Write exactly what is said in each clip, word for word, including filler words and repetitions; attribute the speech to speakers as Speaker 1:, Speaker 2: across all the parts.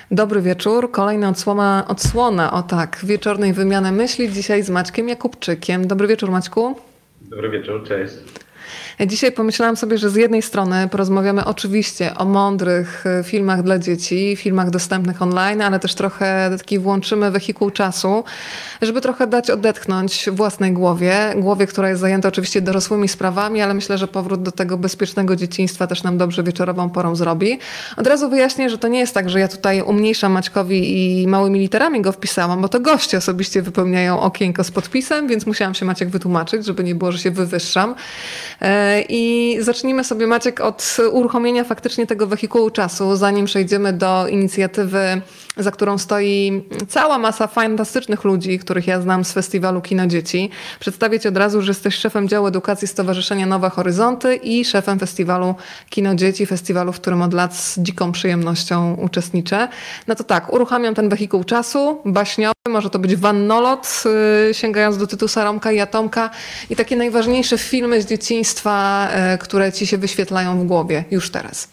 Speaker 1: Dobry wieczór, kolejna odsłona, odsłona, o tak, wieczornej wymiany myśli, dzisiaj z Maćkiem Jakubczykiem. Dobry wieczór, Maćku.
Speaker 2: Dobry wieczór, cześć.
Speaker 1: Dzisiaj pomyślałam sobie, że z jednej strony porozmawiamy oczywiście o mądrych filmach dla dzieci, filmach dostępnych online, ale też trochę taki włączymy wehikuł czasu, żeby trochę dać odetchnąć własnej głowie, głowie, która jest zajęta oczywiście dorosłymi sprawami, ale myślę, że powrót do tego bezpiecznego dzieciństwa też nam dobrze wieczorową porą zrobi. Od razu wyjaśnię, że to nie jest tak, że ja tutaj umniejszam Maćkowi i małymi literami go wpisałam, bo to goście osobiście wypełniają okienko z podpisem, więc musiałam się Maciek wytłumaczyć, żeby nie było, że się wywyższam. I zacznijmy sobie, Maciek, od uruchomienia faktycznie tego wehikułu czasu, zanim przejdziemy do inicjatywy, za którą stoi cała masa fantastycznych ludzi, których ja znam z festiwalu Kino Dzieci. Przedstawię Ci od razu, że jesteś szefem działu edukacji Stowarzyszenia Nowe Horyzonty i szefem festiwalu Kino Dzieci, festiwalu, w którym od lat z dziką przyjemnością uczestniczę. No to tak, uruchamiam ten wehikuł czasu, baśniowy, może to być wannolot, yy, sięgając do Tytusa, Romka i Atomka i takie najważniejsze filmy z dzieciństwa, yy, które Ci się wyświetlają w głowie już teraz.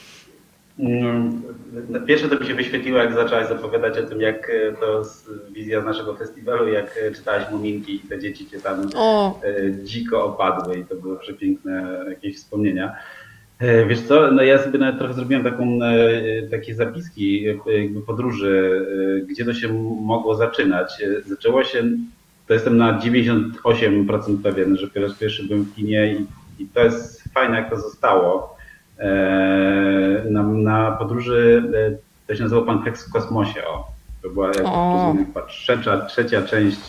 Speaker 2: Pierwsze to mi się wyświetliło, jak zaczęłaś zapowiadać o tym, jak to wizja z naszego festiwalu, jak czytałaś Muminki i te dzieci cię tam o. dziko opadły i to były przepiękne jakieś wspomnienia. Wiesz co, no ja sobie nawet trochę zrobiłem taką, takie zapiski jakby podróży, gdzie to się mogło zaczynać. Zaczęło się, to jestem na dziewięćdziesiąt osiem procent pewien, że po raz pierwszy byłem w kinie i, i to jest fajne, jak to zostało. Na, na podróży, to się nazywał Pan Kleks w kosmosie. O, to była chyba trzecia, trzecia część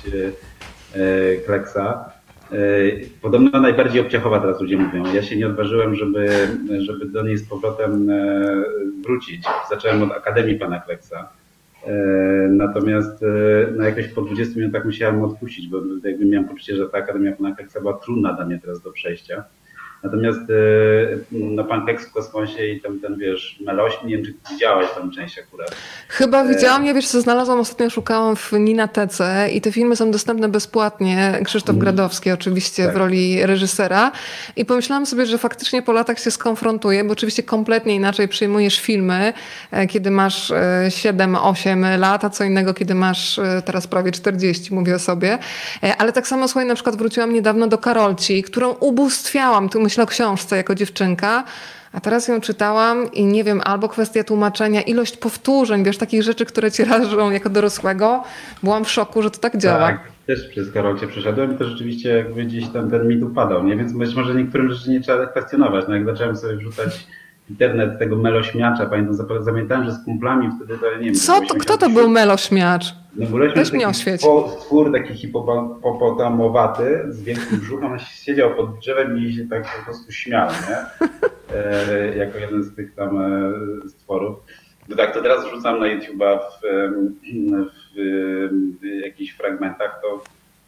Speaker 2: Kleksa. Podobno najbardziej obciachowa, teraz ludzie mówią. Ja się nie odważyłem, żeby, żeby do niej z powrotem wrócić. Zacząłem od Akademii Pana Kleksa. Natomiast no jakoś po dwudziestu minutach musiałem odpuścić, bo jakby miałem poczucie, że ta Akademia Pana Kleksa była trudna dla mnie teraz do przejścia. Natomiast no, Pan Kleks w kosmosie i tam ten, wiesz, Meloś, nie wiem, czy widziałaś tam część akurat.
Speaker 1: Chyba widziałam, ja wiesz co, znalazłam, ostatnio szukałam w Ninatece i te filmy są dostępne bezpłatnie. Krzysztof mm. Gradowski oczywiście tak. w roli reżysera i pomyślałam sobie, że faktycznie po latach się skonfrontuję, bo oczywiście kompletnie inaczej przyjmujesz filmy, kiedy masz siedem osiem lat, a co innego, kiedy masz teraz prawie czterdzieści, mówię o sobie. Ale tak samo, słuchaj, na przykład wróciłam niedawno do Karolci, którą ubóstwiałam, tu myślę o książce jako dziewczynka, a teraz ją czytałam i nie wiem, albo kwestia tłumaczenia, ilość powtórzeń, wiesz, takich rzeczy, które ci rażą jako dorosłego. Byłam w szoku, że to tak działa.
Speaker 2: Tak, też przez Karolcie przeszedłem i to rzeczywiście jakby gdzieś tam ten mit upadał, nie? Więc być może niektórym rzeczy nie trzeba kwestionować. No jak zacząłem sobie wrzucać internet tego melośmiacza, pamiętam, zapamiętałem, że z kumplami wtedy to nie wiem.
Speaker 1: Co to, kto to był melośmiacz?
Speaker 2: No Weź
Speaker 1: mnie oświeć.
Speaker 2: Stwór taki hipopotamowaty z wielkim brzuchem, on siedział pod drzewem i się tak po prostu śmiał, nie? E, jako jeden z tych tam e, stworów. No tak, to teraz wrzucam na YouTube'a w, w, w jakichś fragmentach, to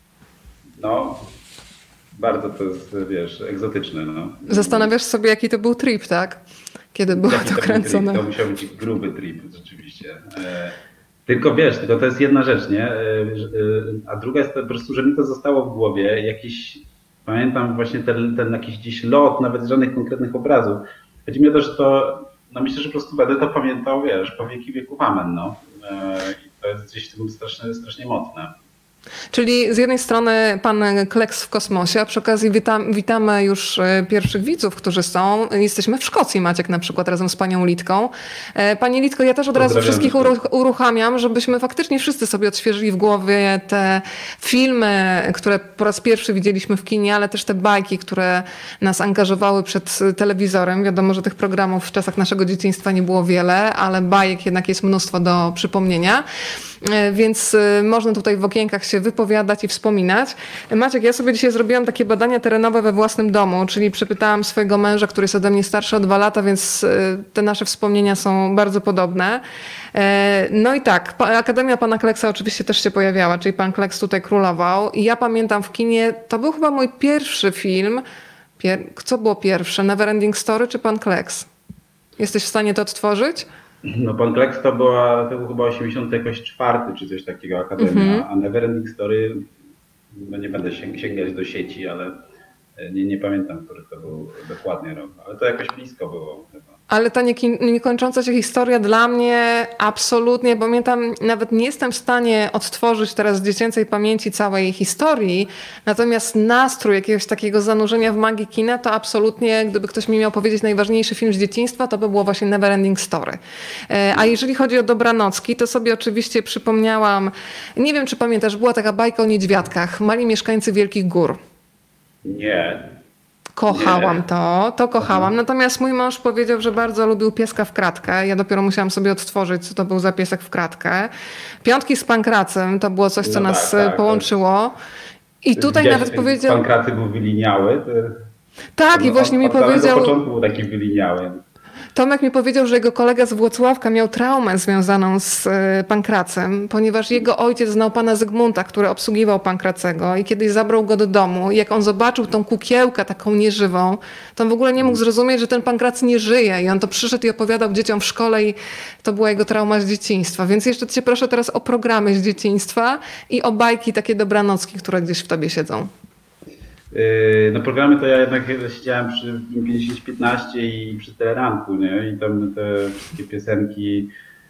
Speaker 2: no bardzo to jest, wiesz, egzotyczne. No.
Speaker 1: Zastanawiasz sobie, jaki to był trip, tak? Kiedy było
Speaker 2: jaki
Speaker 1: to,
Speaker 2: to
Speaker 1: kręcone.
Speaker 2: Trip, to musiał być gruby trip, rzeczywiście. E, Tylko wiesz, tylko to jest jedna rzecz, nie? A druga jest to po prostu, że mi to zostało w głowie. Jakiś, pamiętam właśnie ten, ten jakiś dziś lot, nawet żadnych konkretnych obrazów. Chodzi mi o to, że to, no myślę, że po prostu będę to pamiętał, wiesz, po wieki wieków amen, no. I to jest gdzieś w tym strasznie, strasznie mocne.
Speaker 1: Czyli z jednej strony Pan Kleks w kosmosie, a przy okazji witam, witamy już pierwszych widzów, którzy są. Jesteśmy w Szkocji, Maciek, na przykład razem z Panią Litką. Pani Litko, ja też od razu wszystkich uruchamiam, żebyśmy faktycznie wszyscy sobie odświeżyli w głowie te filmy, które po raz pierwszy widzieliśmy w kinie, ale też te bajki, które nas angażowały przed telewizorem. Wiadomo, że tych programów w czasach naszego dzieciństwa nie było wiele, ale bajek jednak jest mnóstwo do przypomnienia. Więc można tutaj w okienkach się wypowiadać i wspominać. Maciek, ja sobie dzisiaj zrobiłam takie badania terenowe we własnym domu, czyli przepytałam swojego męża, który jest ode mnie starszy o dwa lata, więc te nasze wspomnienia są bardzo podobne. No i tak, Akademia Pana Kleksa oczywiście też się pojawiała, czyli Pan Kleks tutaj królował. I ja pamiętam w kinie, to był chyba mój pierwszy film. Pier... Co było pierwsze? Neverending Story czy Pan Kleks? Jesteś w stanie to odtworzyć?
Speaker 2: No Pan Kleks to, była, to był chyba osiemdziesiąty jakoś czwarty czy coś takiego Akademia, mm-hmm. a Neverending Story, no nie będę sięgać do sieci, ale nie, nie pamiętam, który to był dokładnie rok, ale to jakoś blisko było chyba.
Speaker 1: Ale ta niekończąca się historia dla mnie absolutnie, pamiętam, nawet nie jestem w stanie odtworzyć teraz z dziecięcej pamięci całej historii, natomiast nastrój jakiegoś takiego zanurzenia w magii kina to absolutnie, gdyby ktoś mi miał powiedzieć najważniejszy film z dzieciństwa, to by było właśnie Neverending Story. A jeżeli chodzi o Dobranocki, to sobie oczywiście przypomniałam, nie wiem czy pamiętasz, była taka bajka o niedźwiadkach, Mali mieszkańcy Wielkich Gór.
Speaker 2: Nie.
Speaker 1: Kochałam
Speaker 2: Nie.
Speaker 1: to, to kochałam. Natomiast mój mąż powiedział, że bardzo lubił Pieska w kratkę. Ja dopiero musiałam sobie odtworzyć, co to był za piesek w kratkę. Piątki z Pankracem to było coś, co
Speaker 2: no
Speaker 1: nas
Speaker 2: tak, tak,
Speaker 1: połączyło. I tutaj
Speaker 2: Widziałeś,
Speaker 1: nawet powiedział...
Speaker 2: Pankracy był wyliniały. To...
Speaker 1: Tak,
Speaker 2: no,
Speaker 1: i właśnie
Speaker 2: od,
Speaker 1: mi
Speaker 2: od
Speaker 1: powiedział...
Speaker 2: Od początku był taki wyliniały.
Speaker 1: Tomek mi powiedział, że jego kolega z Włocławka miał traumę związaną z Pankracem, ponieważ jego ojciec znał pana Zygmunta, który obsługiwał Pankracego i kiedyś zabrał go do domu i jak on zobaczył tą kukiełkę taką nieżywą, to on w ogóle nie mógł zrozumieć, że ten Pankracy nie żyje i on to przyszedł i opowiadał dzieciom w szkole i to była jego trauma z dzieciństwa. Więc jeszcze cię proszę teraz o programy z dzieciństwa i o bajki takie dobranocki, które gdzieś w tobie siedzą.
Speaker 2: No programy to ja jednak siedziałem przy pięćdziesiąt piętnaście i przy Teleranku, nie? I tam te wszystkie piosenki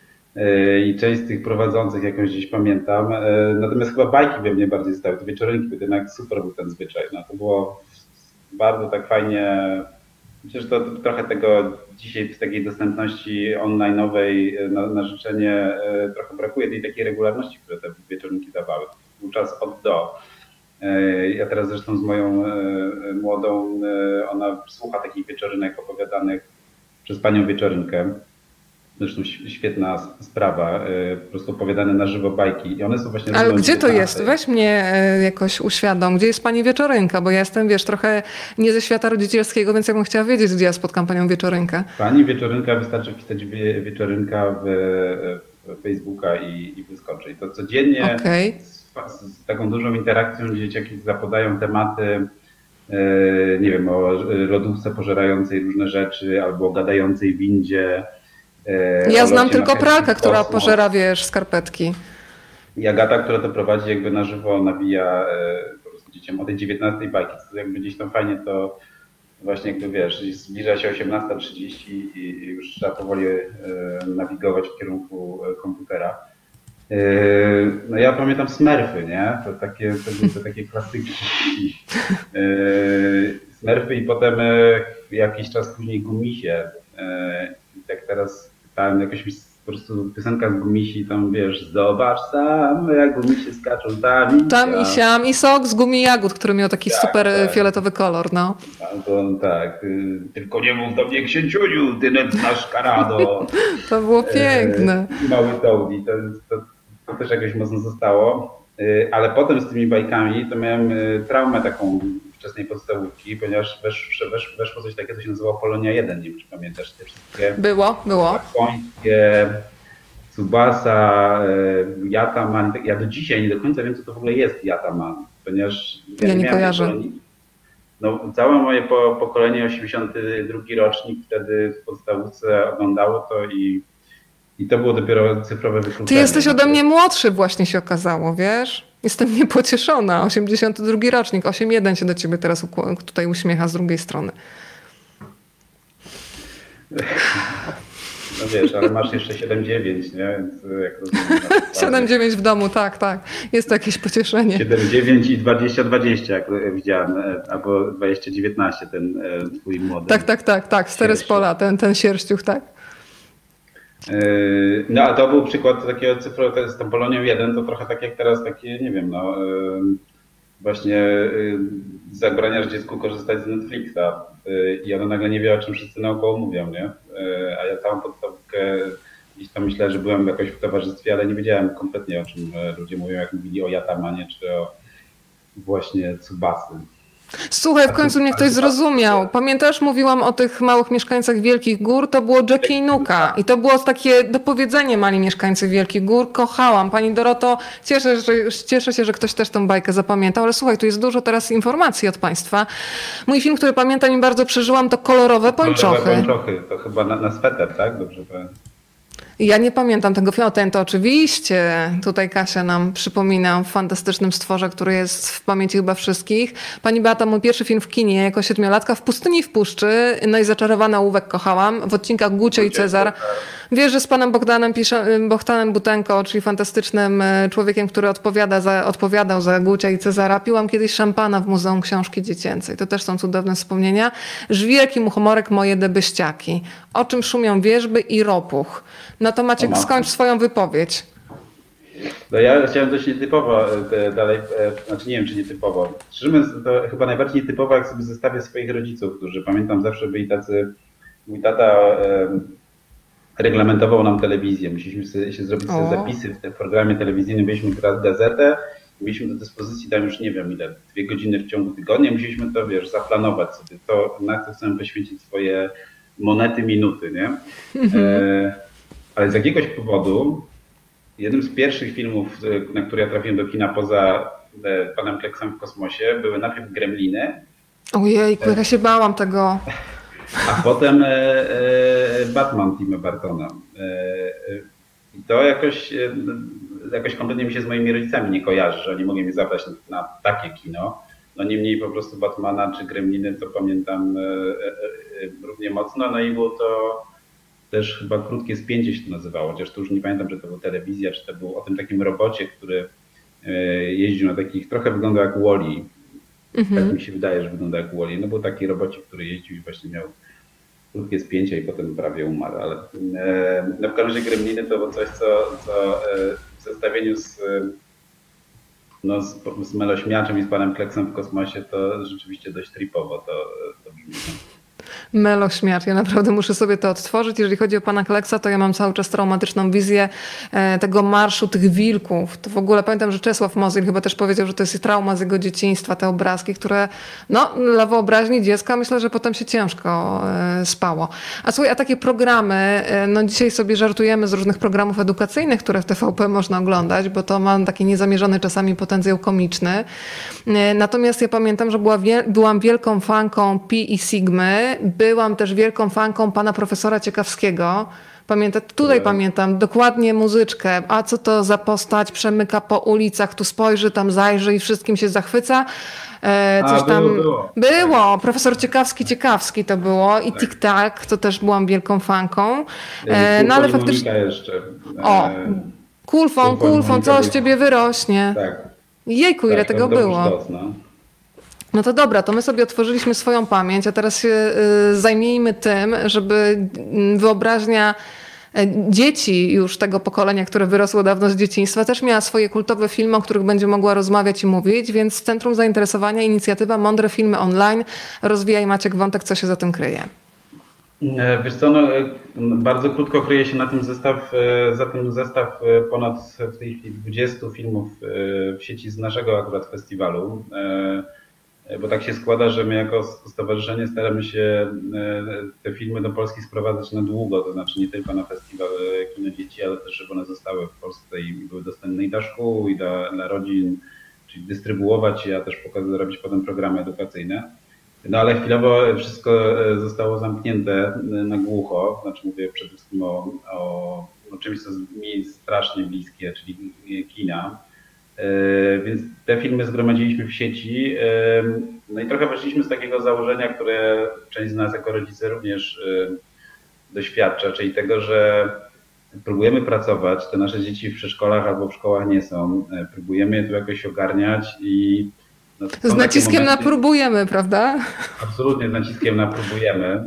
Speaker 2: i część z tych prowadzących jakąś gdzieś pamiętam. Natomiast chyba bajki we mnie bardziej stały, te wieczorynki, to jednak super był ten zwyczaj. No, to było bardzo tak fajnie. Myślę, że to trochę tego dzisiaj w takiej dostępności online'owej na, na życzenie trochę brakuje tej takiej regularności, które te wieczorynki dawały. Był czas od do. Ja teraz zresztą z moją młodą, ona słucha takich wieczorynek opowiadanych przez panią wieczorynkę. Zresztą świetna sprawa, po prostu opowiadane na żywo bajki. I one są właśnie.
Speaker 1: Ale gdzie to jest? Weź mnie jakoś uświadom. Gdzie jest pani wieczorynka? Bo ja jestem, wiesz, trochę nie ze świata rodzicielskiego, więc ja bym chciała wiedzieć, gdzie ja spotkam panią wieczorynkę.
Speaker 2: Pani wieczorynka, wystarczy wpisać wieczorynka w, w Facebooka i, i wyskoczy. I to codziennie.
Speaker 1: Okay.
Speaker 2: Z taką dużą interakcją, gdzie dzieciaki zapadają tematy, nie wiem, o lodówce pożerającej różne rzeczy, albo o gadającej windzie.
Speaker 1: Ja znam tylko pralkę, która pożera, wiesz, skarpetki.
Speaker 2: I Agata, która to prowadzi, jakby na żywo nawija po prostu dzieciom o tej dziewiętnastej bajki. To jakby gdzieś tam fajnie to właśnie jakby wiesz, zbliża się osiemnasta trzydzieści i już trzeba powoli nawigować w kierunku komputera. No ja pamiętam Smurfy, nie? To takie, to były to takie klasyki. Smurfy i potem jakiś czas później Gumisie. I tak teraz tam jakaś po prostu piosenka z Gumisi, tam wiesz, zobacz sam, jak Gumisie skaczą tam i
Speaker 1: tam i siam i sok z gumi jagód, który miał taki tak, super tak. fioletowy kolor, no.
Speaker 2: Albo tak, tylko nie mów do mnie księciuniu, ty nasz karado.
Speaker 1: To było piękne.
Speaker 2: Mały Toadie, to, to, to też jakoś mocno zostało, ale potem z tymi bajkami to miałem traumę taką wczesnej podstawówki, ponieważ wesz, wesz, weszło coś takiego, co się nazywało Polonia jeden, nie wiem czy pamiętasz te wszystkie.
Speaker 1: Było, było.
Speaker 2: Japońskie, Tsubasa, Yataman. Ja do dzisiaj nie do końca wiem, co to w ogóle jest Yataman, ponieważ
Speaker 1: ja, ja nie kojarzę.
Speaker 2: No, całe moje po, pokolenie, osiemdziesiąty drugi rocznik, wtedy w podstawówce oglądało to i, i to było dopiero cyfrowe wykluczenie.
Speaker 1: Ty jesteś ode mnie młodszy, właśnie się okazało, wiesz? Jestem niepocieszona. osiemdziesiąty drugi rocznik, osiem jeden się do ciebie teraz tutaj uśmiecha z drugiej strony.
Speaker 2: No wiesz, ale masz jeszcze siedem dziewięć, nie? Więc jak rozumiem,
Speaker 1: siedem dziewięć w domu, tak, tak. Jest to jakieś pocieszenie.
Speaker 2: siedem dziewięć i dwadzieścia dwadzieścia, jak widziałem, albo dwadzieścia dziewiętnaście, ten twój młody.
Speaker 1: Tak, tak, tak, tak. Cztery z pola, ten, ten sierściuch, tak.
Speaker 2: No a to był przykład takiego cyfrowego, z tą Polonią jeden, to trochę tak jak teraz takie, nie wiem, no właśnie zabraniasz dziecku korzystać z Netflixa i ono nagle nie wie, o czym wszyscy naokoło mówią, nie? A ja całą podstawkę gdzieś tam myślałem, że byłem jakoś w towarzystwie, ale nie wiedziałem kompletnie, o czym ludzie mówią, jak mówili o Yatamanie czy o właśnie Tsubasy.
Speaker 1: Słuchaj, w końcu mnie ktoś zrozumiał. Pamiętasz, mówiłam o tych małych mieszkańcach Wielkich Gór? To było Jackie i Nuka. I to było takie dopowiedzenie Mali mieszkańcy Wielkich Gór. Kochałam. Pani Doroto, cieszę, że, cieszę się, że ktoś też tą bajkę zapamiętał. Ale słuchaj, tu jest dużo teraz informacji od Państwa. Mój film, który pamiętam i bardzo przeżyłam, to Kolorowe Pończochy.
Speaker 2: Kolorowe Pończochy. To chyba na, na sweter, tak? Dobrze powiem.
Speaker 1: Ja nie pamiętam tego filmu. Ten to oczywiście. Tutaj Kasia nam przypomina o fantastycznym stworze, który jest w pamięci chyba wszystkich. Pani Beata, mój pierwszy film w kinie jako siedmiolatka w Pustyni i w Puszczy. No i Zaczarowana ołówek kochałam. W odcinkach Gucio i Cezar. Wiesz, że z panem Bogdanem, pisze, Bogdanem Butenko, czyli fantastycznym człowiekiem, który odpowiada za, odpowiadał za Gucia i Cezara. Piłam kiedyś szampana w Muzeum Książki Dziecięcej. To też są cudowne wspomnienia. Żwirek i muchomorek, moje debyściaki. O czym szumią wierzby i ropuch. No to Maciek, skończ swoją wypowiedź.
Speaker 2: No ja chciałem dość nietypowo dalej, znaczy nie wiem czy nietypowo. Szczerze mówiąc, to chyba najbardziej nietypowo, jak sobie zestawię swoich rodziców, którzy pamiętam zawsze byli tacy, mój tata reglamentował nam telewizję. Musieliśmy sobie, się zrobić sobie zapisy w tym programie telewizyjnym, mieliśmy gazetę, mieliśmy do dyspozycji tam już nie wiem ile, dwie godziny w ciągu tygodnia, musieliśmy to, wiesz, zaplanować sobie, to, na co chcemy poświęcić swoje monety, minuty, nie? E, ale z jakiegoś powodu jednym z pierwszych filmów, na które ja trafiłem do kina poza Panem Kleksem w kosmosie, były najpierw Gremliny.
Speaker 1: Ojejku, jak ja się bałam tego.
Speaker 2: A potem Batman Tima Burtona. I to jakoś, jakoś kompletnie mi się z moimi rodzicami nie kojarzy, że oni mogli mnie zabrać na, na takie kino. No niemniej po prostu Batmana czy Gremliny to pamiętam równie mocno. No i było to też chyba Krótkie Spięcie się to nazywało, chociaż to już nie pamiętam, czy to była telewizja, czy to był o tym takim robocie, który jeździł na takich, trochę wyglądał jak Wall-E. Mhm. Tak mi się wydaje, że wygląda jak Wall-E. No był taki robocik, który jeździł i właśnie miał krótkie spięcie i potem prawie umarł, ale no w każdym razie Gremliny to było coś, co, co w zestawieniu z, no, z, z Melośmiaczem i z Panem Kleksem w kosmosie to rzeczywiście dość tripowo to, to brzmi.
Speaker 1: Melośmiacz. Ja naprawdę muszę sobie to odtworzyć. Jeżeli chodzi o pana Kleksa, to ja mam cały czas traumatyczną wizję tego marszu tych wilków. To w ogóle pamiętam, że Czesław Mozil chyba też powiedział, że to jest trauma z jego dzieciństwa, te obrazki, które no, dla wyobraźni dziecka myślę, że potem się ciężko spało. A słuchaj, a takie programy, no dzisiaj sobie żartujemy z różnych programów edukacyjnych, które w T V P można oglądać, bo to ma taki niezamierzony czasami potencjał komiczny. Natomiast ja pamiętam, że była, byłam wielką fanką Pi i Sigmy. Byłam też wielką fanką pana profesora Ciekawskiego. Pamiętam, tutaj yeah. pamiętam dokładnie muzyczkę. A co to za postać? Przemyka po ulicach, tu spojrzy, tam zajrzy i wszystkim się zachwyca. E, coś A, tam było, było. było. Profesor Ciekawski, Ciekawski to było. I tak. Tik-tak, to też byłam wielką fanką. E, no ale faktycznie.
Speaker 2: Jeszcze. E,
Speaker 1: o, kulfon, kulfon, co z ciebie wyrośnie. Tak. Jejku, ile tak, tego było. Sztos, no. No to dobra, to my sobie otworzyliśmy swoją pamięć, a teraz się zajmijmy tym, żeby wyobraźnia dzieci już tego pokolenia, które wyrosło dawno z dzieciństwa, też miała swoje kultowe filmy, o których będzie mogła rozmawiać i mówić, więc w centrum zainteresowania inicjatywa Mądre Filmy Online. Rozwijaj, Maciek, wątek, co się za tym kryje.
Speaker 2: Wiesz co, no, bardzo krótko kryje się na tym zestaw, za tym zestaw ponad w tej chwili dwudziestu filmów w sieci z naszego akurat festiwalu. Bo tak się składa, że my jako stowarzyszenie staramy się te filmy do Polski sprowadzać na długo, to znaczy nie tylko na festiwal Kino Dzieci, ale też żeby one zostały w Polsce i były dostępne i dla szkół, i dla, dla rodzin, czyli dystrybuować, a też pokazać, robić potem programy edukacyjne. No ale chwilowo wszystko zostało zamknięte na głucho, znaczy mówię przede wszystkim o, o, o czymś, co mi strasznie bliskie, czyli kina. Więc te filmy zgromadziliśmy w sieci. No i trochę weszliśmy z takiego założenia, które część z nas jako rodzice również doświadcza, czyli tego, że próbujemy pracować, te nasze dzieci w przedszkolach albo w szkołach nie są, próbujemy je tu jakoś ogarniać i
Speaker 1: no, z naciskiem momenty, na próbujemy, prawda?
Speaker 2: Absolutnie, z naciskiem na próbujemy.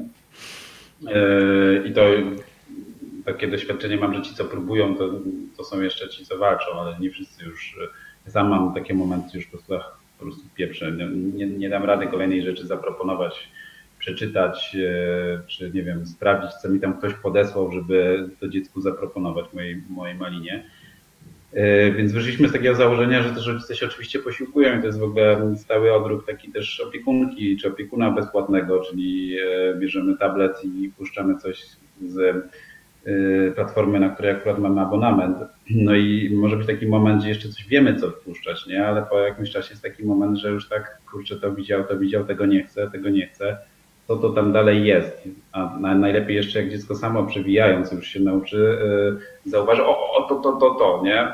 Speaker 2: I to takie doświadczenie mam, że ci, co próbują, to, to są jeszcze ci, co walczą, ale nie wszyscy już. Ja sam mam takie momenty już po prostu, po prostu pieprzę. Nie, nie dam rady kolejnej rzeczy zaproponować, przeczytać, czy nie wiem, sprawdzić, co mi tam ktoś podesłał, żeby to dziecku zaproponować mojej, mojej malinie. Więc wyszliśmy z takiego założenia, że też rodzice się oczywiście posiłkują i to jest w ogóle stały odruch taki też opiekunki czy opiekuna bezpłatnego, czyli bierzemy tablet i puszczamy coś z platformy, na której akurat mamy abonament. No i może być taki moment, gdzie jeszcze coś wiemy, co wpuszczać, nie? Ale po jakimś czasie jest taki moment, że już tak, kurczę, to widział, to widział, tego nie chcę, tego nie chcę. co to tam dalej jest. A najlepiej jeszcze jak dziecko samo przewijając już się nauczy, zauważy, o, o to, to, to, to, nie?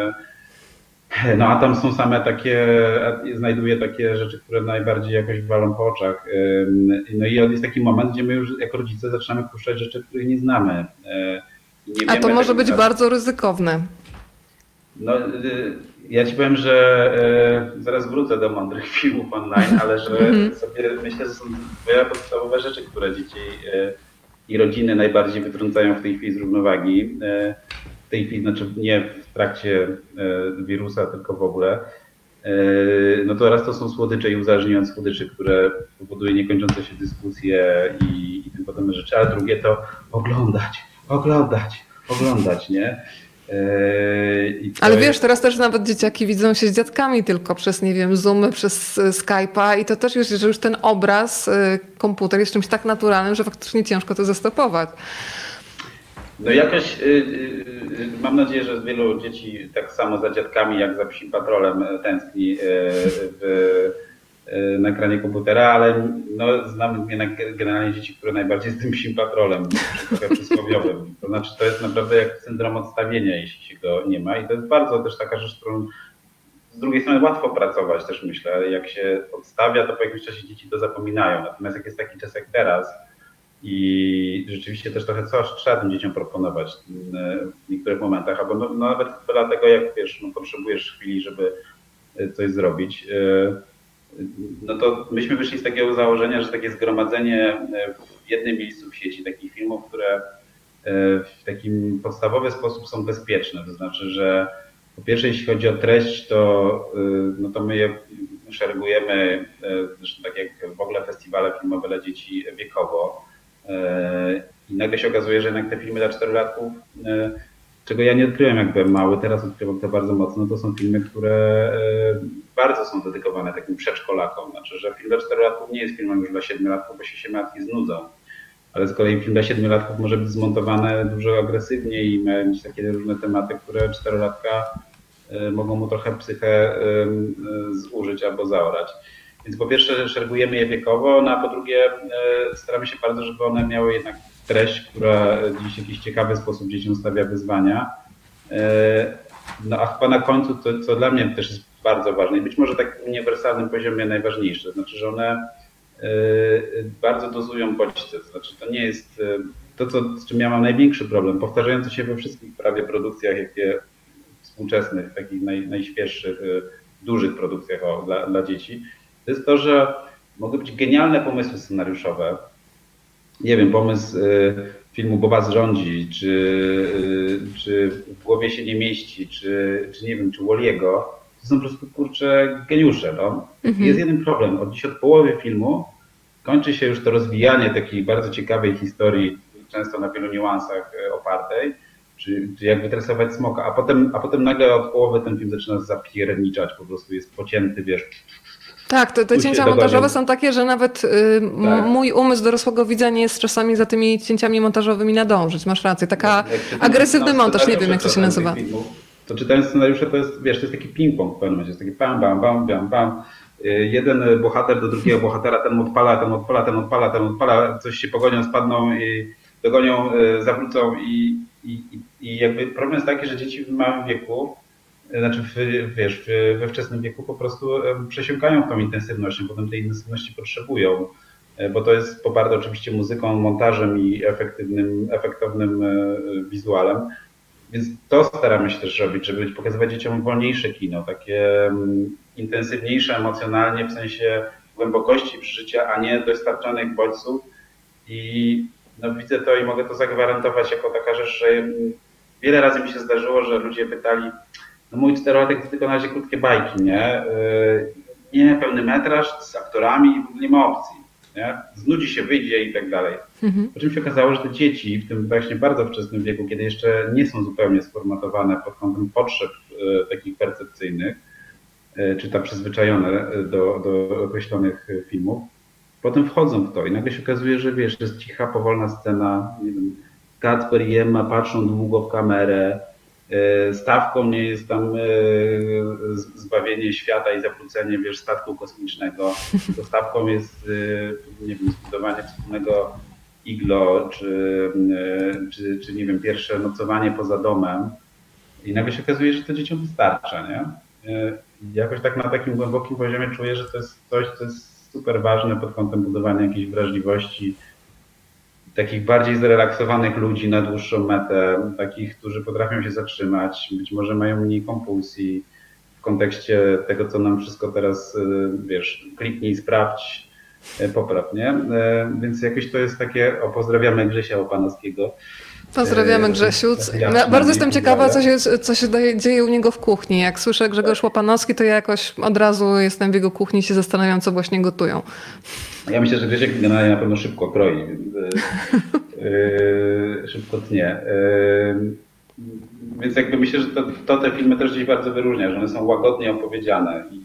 Speaker 2: No a tam są same takie, znajduje takie rzeczy, które najbardziej jakoś walą po oczach. No i jest taki moment, gdzie my już jako rodzice zaczynamy puszczać rzeczy, których nie znamy. Nie
Speaker 1: a to może być tak bardzo ryzykowne.
Speaker 2: No, ja ci powiem, że zaraz wrócę do mądrych filmów online, ale że mm-hmm. sobie myślę, że są dwie podstawowe rzeczy, które dzieci i rodziny najbardziej wytrącają w tej chwili z równowagi. W tej chwili, znaczy nie w trakcie wirusa, tylko w ogóle. No to raz to są słodycze i uzależnienie od słodyczy, które powoduje niekończące się dyskusje i, i tym podobne rzeczy, a drugie to oglądać, oglądać, oglądać, nie?
Speaker 1: Ale jest... wiesz, teraz też nawet dzieciaki widzą się z dziadkami tylko przez, nie wiem, Zoomy, przez Skype'a i to też już, że już ten obraz, komputer jest czymś tak naturalnym, że faktycznie ciężko to zastopować.
Speaker 2: No jakoś yy, yy, mam nadzieję, że wielu dzieci tak samo za dziadkami jak za Psim Patrolem tęskni yy, w, yy, na ekranie komputera, ale no, znam jednak generalnie dzieci, które najbardziej z tym Psim Patrolem, trochę przysłowiowym. To znaczy to jest naprawdę jak syndrom odstawienia, jeśli się go nie ma i to jest bardzo też taka rzecz, którą z drugiej strony łatwo pracować też myślę. Jak się odstawia, to po jakimś czasie dzieci to zapominają. Natomiast jak jest taki czas jak teraz, i rzeczywiście też trochę coś trzeba tym dzieciom proponować w niektórych momentach, albo no, no nawet dlatego, jak wiesz, no, potrzebujesz chwili, żeby coś zrobić. No to myśmy wyszli z takiego założenia, że takie zgromadzenie w jednym miejscu w sieci takich filmów, które w takim podstawowy sposób są bezpieczne. To znaczy, że po pierwsze, jeśli chodzi o treść, to, no to my je szeregujemy, zresztą tak jak w ogóle festiwale filmowe dla dzieci wiekowo. I nagle się okazuje, że jednak te filmy dla czterolatków, czego ja nie odkryłem jak byłem mały, teraz odkrywam to bardzo mocno, to są filmy, które bardzo są dedykowane takim przedszkolakom. Znaczy, że film dla czterolatków nie jest filmem już dla siedmiolatków, bo się siedmiolatki znudzą. Ale z kolei film dla siedmiolatków może być zmontowany dużo agresywniej i mieć takie różne tematy, które czterolatka mogą mu trochę psychę zużyć albo zaorać. Więc po pierwsze szeregujemy je wiekowo, no a po drugie staramy się bardzo, żeby one miały jednak treść, która gdzieś w jakiś ciekawy sposób dzieciom stawia wyzwania. No a chyba na końcu, to, co dla mnie też jest bardzo ważne i być może tak w uniwersalnym poziomie najważniejsze, to znaczy, że one bardzo dozują bodźce, to znaczy to nie jest to, co, z czym ja mam największy problem, powtarzające się we wszystkich prawie produkcjach, jakie współczesnych, takich naj, najświeższych, dużych produkcjach o, dla, dla dzieci, to jest to, że mogą być genialne pomysły scenariuszowe. Nie wiem, pomysł filmu Boba z rządzi, czy, czy w głowie się nie mieści, czy, czy nie wiem, czy Wally'ego. To są po prostu, kurczę, geniusze. No. Mhm. Jest jeden problem. Od dziś od połowy filmu kończy się już to rozwijanie takiej bardzo ciekawej historii, często na wielu niuansach opartej, czy, czy jak wytresować smoka, a potem, a potem nagle od połowy ten film zaczyna zapierniczać, po prostu jest pocięty, wiesz.
Speaker 1: Tak, te, te cięcia montażowe są takie, że nawet y, tak. mój umysł dorosłego widza nie jest czasami za tymi cięciami montażowymi nadążyć. Masz rację, taka no, agresywny montaż, nie wiem jak to się nazywa.
Speaker 2: Filmów, to czytając scenariusze to jest, wiesz, to jest taki ping-pong w pewnym momencie, jest taki bam, bam, bam, bam, bam. Jeden bohater do drugiego bohatera, ten odpala, ten odpala, ten odpala, ten odpala, coś się pogonią, spadną i dogonią, zawrócą i, i, i jakby problem jest taki, że dzieci w małym wieku, znaczy w, wiesz, we wczesnym wieku po prostu przesiąkają tą intensywnością, potem tej intensywności potrzebują, bo to jest poparte oczywiście muzyką, montażem i efektywnym, efektownym wizualem. Więc to staramy się też robić, żeby pokazywać dzieciom wolniejsze kino, takie intensywniejsze emocjonalnie, w sensie głębokości przeżycia, a nie dostarczonych bodźców. I no, widzę to i mogę to zagwarantować jako taka rzecz, że wiele razy mi się zdarzyło, że ludzie pytali, no mój czterolatek to tylko na razie krótkie bajki, nie? Nie, pełny metraż z aktorami, nie ma opcji, nie? Znudzi się, wyjdzie i tak dalej. Mhm. Po czym się okazało, że te dzieci w tym właśnie bardzo wczesnym wieku, kiedy jeszcze nie są zupełnie sformatowane pod kątem potrzeb e, takich percepcyjnych, e, czy tam przyzwyczajone do, do określonych filmów, potem wchodzą w to i nagle się okazuje, że wiesz, jest cicha, powolna scena, nie wiem, Kacper i Emma patrzą długo w kamerę, Stawką nie jest tam zbawienie świata i zawrócenie, wiesz, statku kosmicznego. To stawką jest, nie wiem, zbudowanie wspólnego iglo, czy, czy, czy nie wiem, pierwsze nocowanie poza domem. I nagle się okazuje, że to dzieciom wystarcza, nie? Jakoś tak na takim głębokim poziomie czuję, że to jest coś, co jest super ważne pod kątem budowania jakiejś wrażliwości, takich bardziej zrelaksowanych ludzi na dłuższą metę, takich, którzy potrafią się zatrzymać, być może mają mniej kompulsji w kontekście tego, co nam wszystko teraz, wiesz, kliknij, sprawdź, popraw, nie? Więc jakoś to jest takie, o, pozdrawiamy Grzesia Łopanowskiego.
Speaker 1: Pozdrawiamy Grzesiu. Ja bardzo jestem ciekawa, co się, co się dzieje u niego w kuchni. Jak słyszę Grzegorz Łopanowski, to ja jakoś od razu jestem w jego kuchni i się zastanawiam, co właśnie gotują.
Speaker 2: Ja myślę, że Grzesiek generalnie na pewno szybko kroi, yy, szybko tnie. Yy, więc jakby myślę, że to, to te filmy też gdzieś bardzo wyróżnia, że one są łagodnie opowiedziane. I,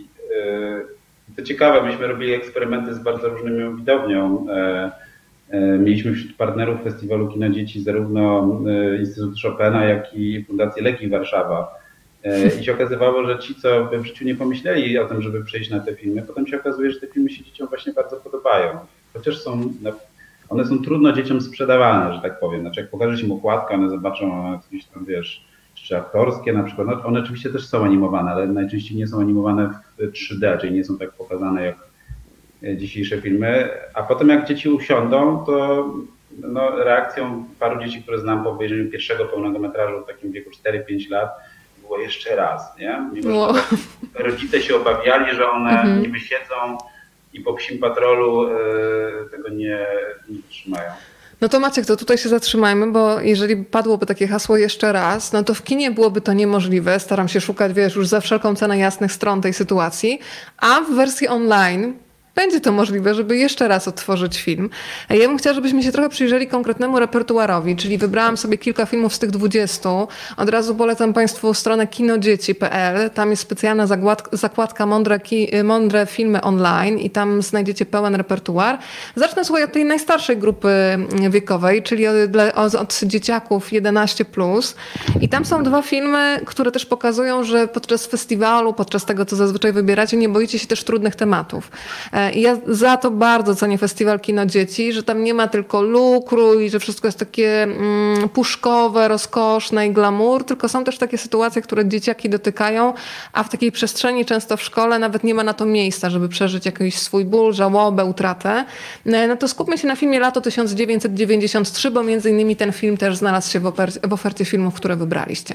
Speaker 2: yy, to ciekawe, myśmy robili eksperymenty z bardzo różnymi widownią. Yy, Mieliśmy wśród partnerów Festiwalu Kina Dzieci zarówno Instytut Chopina, jak i Fundację Leki Warszawa. I się okazywało, że ci, co by w życiu nie pomyśleli o tym, żeby przejść na te filmy, potem się okazuje, że te filmy się dzieciom właśnie bardzo podobają. Chociaż są, one są trudno dzieciom sprzedawane, że tak powiem. Znaczy jak pokażesz im okładkę, one zobaczą jakieś tam, wiesz, czy aktorskie na przykład. No, one oczywiście też są animowane, ale najczęściej nie są animowane w trzy D, czyli nie są tak pokazane jak dzisiejsze filmy, a potem jak dzieci usiądą, to no, reakcją paru dzieci, które znam po obejrzeniu pierwszego pełnego metrażu w takim wieku cztery pięć lat, było jeszcze raz, nie? Mimo, że rodzice się obawiali, że one mhm. nie wysiedzą i po Psim Patrolu y, tego nie, nie wytrzymają.
Speaker 1: No to Maciek, to tutaj się zatrzymajmy, bo jeżeli padłoby takie hasło jeszcze raz, no to w kinie byłoby to niemożliwe. Staram się szukać, wiesz, już za wszelką cenę jasnych stron tej sytuacji, a w wersji online będzie to możliwe, żeby jeszcze raz odtworzyć film. Ja bym chciała, żebyśmy się trochę przyjrzeli konkretnemu repertuarowi, czyli wybrałam sobie kilka filmów z tych dwudziestu. Od razu polecam Państwu stronę kinodzieci kropka p l. Tam jest specjalna zakładka mądre, mądre filmy online i tam znajdziecie pełen repertuar. Zacznę słuchaj od tej najstarszej grupy wiekowej, czyli od, od, od dzieciaków jedenaście plus. I tam są dwa filmy, które też pokazują, że podczas festiwalu, podczas tego, co zazwyczaj wybieracie, nie boicie się też trudnych tematów. I ja za to bardzo cenię Festiwal Kino Dzieci, że tam nie ma tylko lukru i że wszystko jest takie mm, puszkowe, rozkoszne i glamour, tylko są też takie sytuacje, które dzieciaki dotykają, a w takiej przestrzeni często w szkole nawet nie ma na to miejsca, żeby przeżyć jakiś swój ból, żałobę, utratę. No to skupmy się na filmie Lato tysiąc dziewięćset dziewięćdziesiąt trzy, bo między innymi ten film też znalazł się w, ofer- w ofercie filmów, które wybraliście.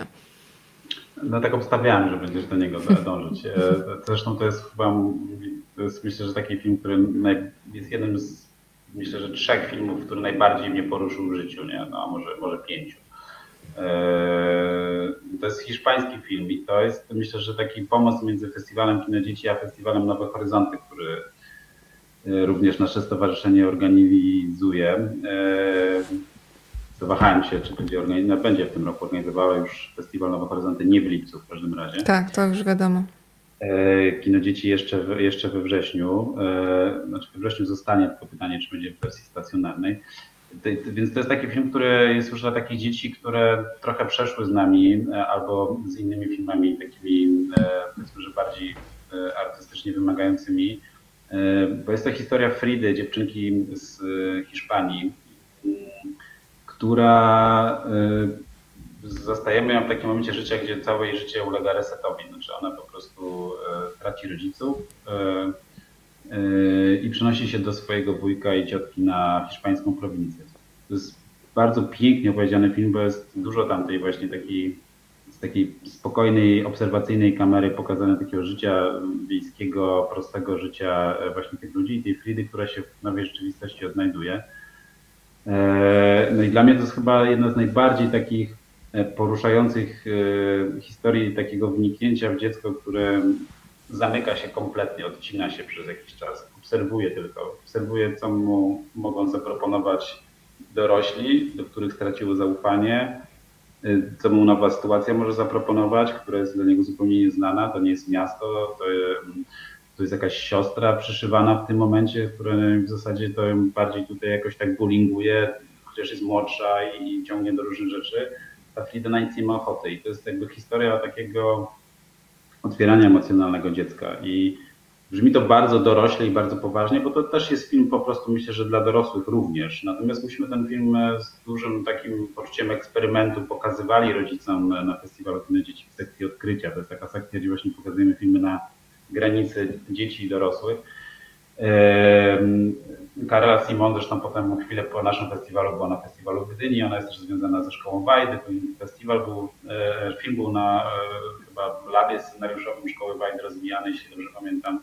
Speaker 2: No tak obstawiałem, że będziesz do niego dążyć. Zresztą to jest chyba, to jest, myślę, że taki film, który naj, jest jednym z, myślę, że trzech filmów, który najbardziej mnie poruszył w życiu, nie? No, może, może pięciu. To jest hiszpański film i to jest, myślę, że taki pomost między Festiwalem Kino Dzieci a Festiwalem Nowe Horyzonty, który również nasze stowarzyszenie organizuje. Wahałem się, czy będzie, organiz... będzie w tym roku organizowała już Festiwal Nowe Horyzonty, nie w lipcu w każdym razie.
Speaker 1: Tak, to już wiadomo.
Speaker 2: Kino Dzieci jeszcze, w, jeszcze we wrześniu, znaczy we wrześniu zostanie, tylko pytanie, czy będzie w wersji stacjonarnej. Więc to jest taki film, który jest już dla takich dzieci, które trochę przeszły z nami albo z innymi filmami takimi, powiedzmy, że bardziej artystycznie wymagającymi, bo jest to historia Fridy, dziewczynki z Hiszpanii, która zostajemy ją w takim momencie życia, gdzie całe jej życie ulega resetowi. Znaczy ona po prostu traci rodziców i przenosi się do swojego wujka i ciotki na hiszpańską prowincję. To jest bardzo pięknie opowiedziany film, bo jest dużo tam tej właśnie takiej, z takiej spokojnej, obserwacyjnej kamery pokazane takiego życia wiejskiego, prostego życia właśnie tych ludzi i tej Fridy, która się w nowej rzeczywistości odnajduje. No i dla mnie to jest chyba jedna z najbardziej takich poruszających historii takiego wniknięcia w dziecko, które zamyka się kompletnie, odcina się przez jakiś czas, obserwuje tylko, obserwuje, co mu mogą zaproponować dorośli, do których straciło zaufanie, co mu nowa sytuacja może zaproponować, która jest dla niego zupełnie nieznana, to nie jest miasto, to to jest jakaś siostra przyszywana w tym momencie, która w zasadzie to ją bardziej tutaj jakoś tak bullyinguje, chociaż jest młodsza i ciągnie do różnych rzeczy. Trafili do Night ma ochoty i to jest jakby historia takiego otwierania emocjonalnego dziecka i brzmi to bardzo dorośle i bardzo poważnie, bo to też jest film po prostu, myślę, że dla dorosłych również. Natomiast myśmy ten film z dużym takim poczuciem eksperymentu pokazywali rodzicom na Festiwalu Kina Dzieci w sekcji odkrycia. To jest taka sekcja, gdzie właśnie pokazujemy filmy na granicy dzieci i dorosłych. Karola Simon zresztą potem chwilę po naszym festiwalu była na festiwalu w Gdyni, ona jest też związana ze Szkołą Wajdy. Festiwal był, film był na chyba labie scenariuszowym Szkoły Wajdy rozwijany, jeśli dobrze pamiętam.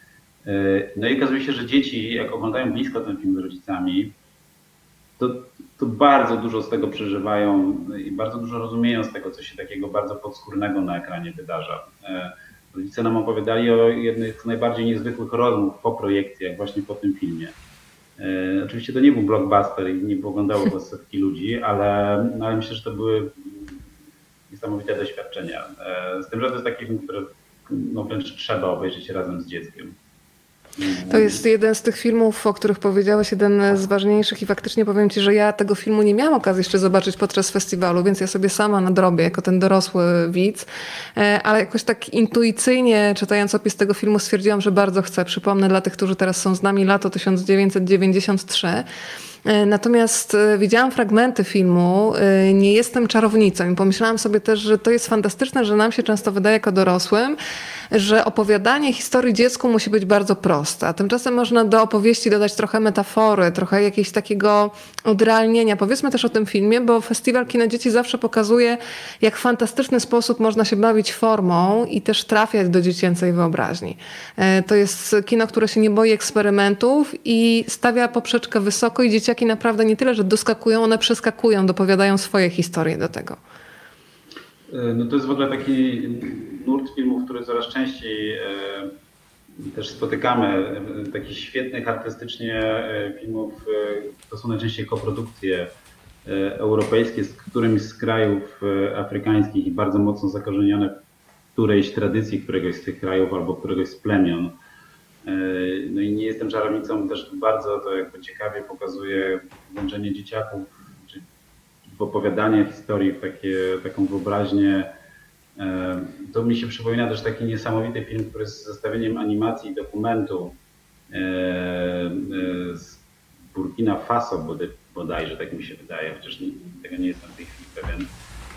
Speaker 2: No i okazuje się, że dzieci, jak oglądają blisko ten film z rodzicami, to, to bardzo dużo z tego przeżywają i bardzo dużo rozumieją z tego, co się takiego bardzo podskórnego na ekranie wydarza. Rodzice nam opowiadali o jednych z najbardziej niezwykłych rozmów po projekcjach, właśnie po tym filmie. E, oczywiście to nie był blockbuster i nie oglądało go setki ludzi, ale, no, ale myślę, że to były niesamowite doświadczenia. E, z tym, że to jest taki film, który no, wręcz trzeba obejrzeć razem z dzieckiem.
Speaker 1: To jest jeden z tych filmów, o których powiedziałeś, jeden z ważniejszych i faktycznie powiem Ci, że ja tego filmu nie miałam okazji jeszcze zobaczyć podczas festiwalu, więc ja sobie sama nadrobię jako ten dorosły widz, ale jakoś tak intuicyjnie czytając opis tego filmu stwierdziłam, że bardzo chcę. Przypomnę dla tych, którzy teraz są z nami, lato tysiąc dziewięćset dziewięćdziesiąt trzy. Natomiast widziałam fragmenty filmu, nie jestem czarownicą i pomyślałam sobie też, że to jest fantastyczne, że nam się często wydaje jako dorosłym, że opowiadanie historii dziecku musi być bardzo proste, a tymczasem można do opowieści dodać trochę metafory, trochę jakiegoś takiego odrealnienia. Powiedzmy też o tym filmie, bo Festiwal Kina Dzieci zawsze pokazuje, jak w fantastyczny sposób można się bawić formą i też trafiać do dziecięcej wyobraźni. To jest kino, które się nie boi eksperymentów i stawia poprzeczkę wysoko i dzieciaki naprawdę nie tyle, że doskakują, one przeskakują, dopowiadają swoje historie do tego.
Speaker 2: No to jest w ogóle taki nurt filmów, który coraz częściej e, też spotykamy. Takich świetnych artystycznie filmów, e, to są najczęściej koprodukcje e, europejskie z którymś z krajów e, afrykańskich i bardzo mocno zakorzenione w którejś tradycji któregoś z tych krajów albo któregoś z plemion. E, no i nie jestem czarownicą, też bardzo to jakby ciekawie pokazuje włączenie dzieciaków w opowiadanie historii, w takie, taką wyobraźnię. To mi się przypomina też taki niesamowity film, który z zestawieniem animacji i dokumentu z Burkina Faso bodajże, tak mi się wydaje, chociaż nie, tego nie jestem w tej chwili pewien.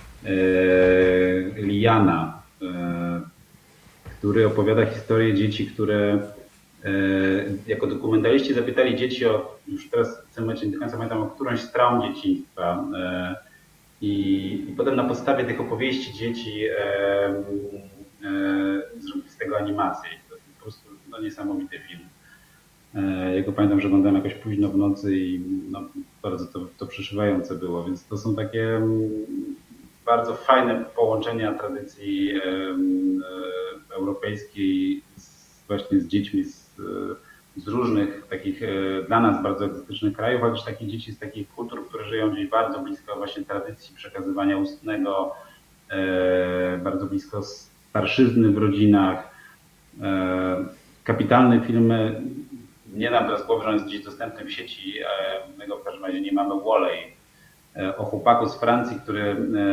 Speaker 2: Liana, który opowiada historię dzieci, które jako dokumentaliści zapytali dzieci o, już teraz w tym momencie nie do końca pamiętam, o którąś z traum dzieciństwa. I, I potem na podstawie tych opowieści dzieci e, e, zrobili z tego animację. To jest po prostu no, niesamowity film. E, ja go pamiętam, że oglądałem jakoś późno w nocy i no, bardzo to, to przeszywające było, więc to są takie m, bardzo fajne połączenia tradycji e, e, europejskiej z, właśnie z dziećmi z, z różnych takich dla nas bardzo egzotycznych krajów, ale też takich dzieci z takich kultur, które żyją gdzieś bardzo blisko właśnie tradycji przekazywania ustnego, bardzo blisko starszyzny w rodzinach. Kapitalny film, nie dam teraz głowy, że on jest gdzieś dostępny w sieci, my go w każdym razie nie mamy, Wall-E, o chłopaku z Francji, który,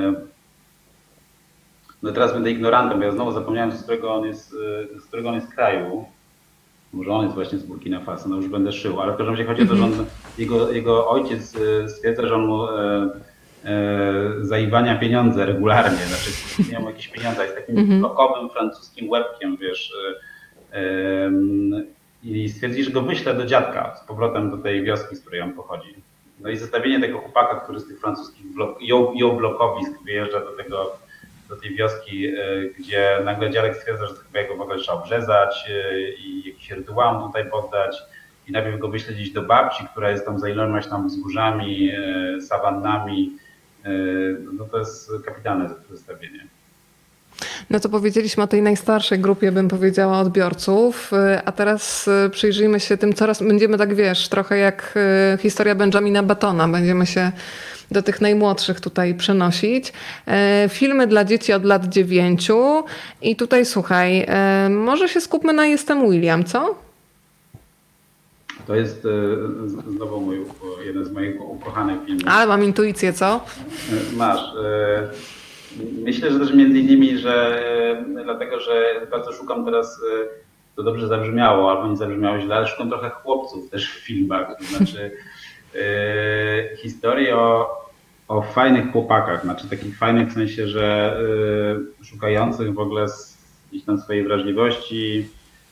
Speaker 2: no teraz będę ignorantem, bo ja znowu zapomniałem, z którego on jest, z którego on jest kraju. Może on jest właśnie z Burkina Faso, no już będę szył, ale w każdym razie chodzi o to, że on, jego, jego ojciec stwierdza, że on mu e, e, zaiwania pieniądze regularnie, znaczy miał mu jakieś pieniądze, jest takim mm-hmm. blokowym francuskim łebkiem, wiesz, e, e, i stwierdzi, że go wyśle do dziadka z powrotem do tej wioski, z której on pochodzi. No i zestawienie tego chłopaka, który z tych francuskich blok, ją, ją blokowisk wyjeżdża do tego do tej wioski, gdzie nagle dziadek stwierdza, że chyba jego w ogóle trzeba obrzezać i jakiś rytuałom tutaj poddać. I najpierw go wyśle gdzieś do babci, która jest tam za ilomaś tam wzgórzami, sawannami. No to jest kapitalne zestawienie.
Speaker 1: No to powiedzieliśmy o tej najstarszej grupie, bym powiedziała, odbiorców, a teraz przyjrzyjmy się tym coraz, będziemy tak, wiesz, trochę jak historia Benjamina Buttona, będziemy się do tych najmłodszych tutaj przenosić. Filmy dla dzieci od lat dziewięciu i tutaj słuchaj, może się skupmy na Jestem William, co?
Speaker 2: To jest znowu mój, jeden z moich ukochanych filmów.
Speaker 1: Ale mam intuicję, co?
Speaker 2: Masz. Myślę, że też między innymi, że dlatego, że bardzo szukam teraz, to dobrze zabrzmiało, albo nie zabrzmiało źle, ale szukam trochę chłopców też w filmach. To znaczy historii o, o fajnych chłopakach, znaczy takich fajnych w sensie, że szukających w ogóle gdzieś tam swojej wrażliwości,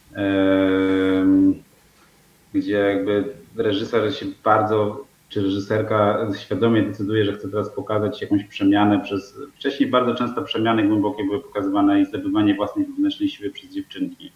Speaker 2: gdzie jakby reżyser się bardzo, czy reżyserka świadomie decyduje, że chce teraz pokazać jakąś przemianę przez, wcześniej bardzo często przemiany głębokie były pokazywane i zdobywanie własnej wewnętrznej siły przez dziewczynki.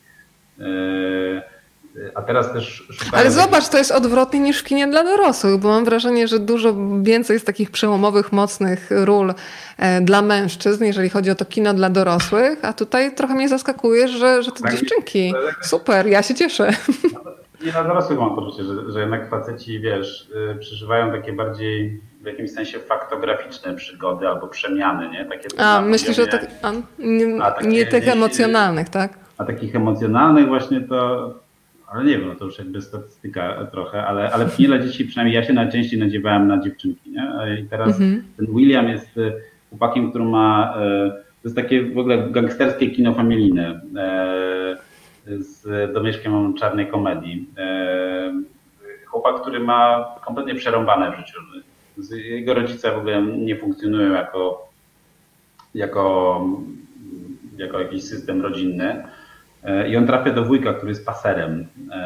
Speaker 2: A teraz też szukają...
Speaker 1: Ale zobacz, to jest odwrotnie niż w kinie dla dorosłych, bo mam wrażenie, że dużo więcej jest takich przełomowych, mocnych ról dla mężczyzn, jeżeli chodzi o to kino dla dorosłych, a tutaj trochę mnie zaskakuje, że, że to tak, dziewczynki. Super, ja się cieszę.
Speaker 2: Nie dla dorosłych mam poczucie, że, że jednak faceci, wiesz, przeżywają takie bardziej w jakimś sensie faktograficzne przygody albo przemiany, nie? Takie
Speaker 1: a, myślisz o tak, a, nie, a takie, nie tych emocjonalnych, tak?
Speaker 2: A takich emocjonalnych właśnie to... Ale nie wiem, no to już jakby statystyka trochę, ale, ale w kinie dla dzieci przynajmniej ja się najczęściej nadziewałem na dziewczynki, nie? I teraz mm-hmm. ten William jest chłopakiem, który ma, to jest takie w ogóle gangsterskie kino familijne z domieszkiem czarnej komedii. Chłopak, który ma kompletnie przerąbane w życiu. Jego rodzice w ogóle nie funkcjonują jako, jako, jako jakiś system rodzinny. I on trafia do wujka, który jest paserem.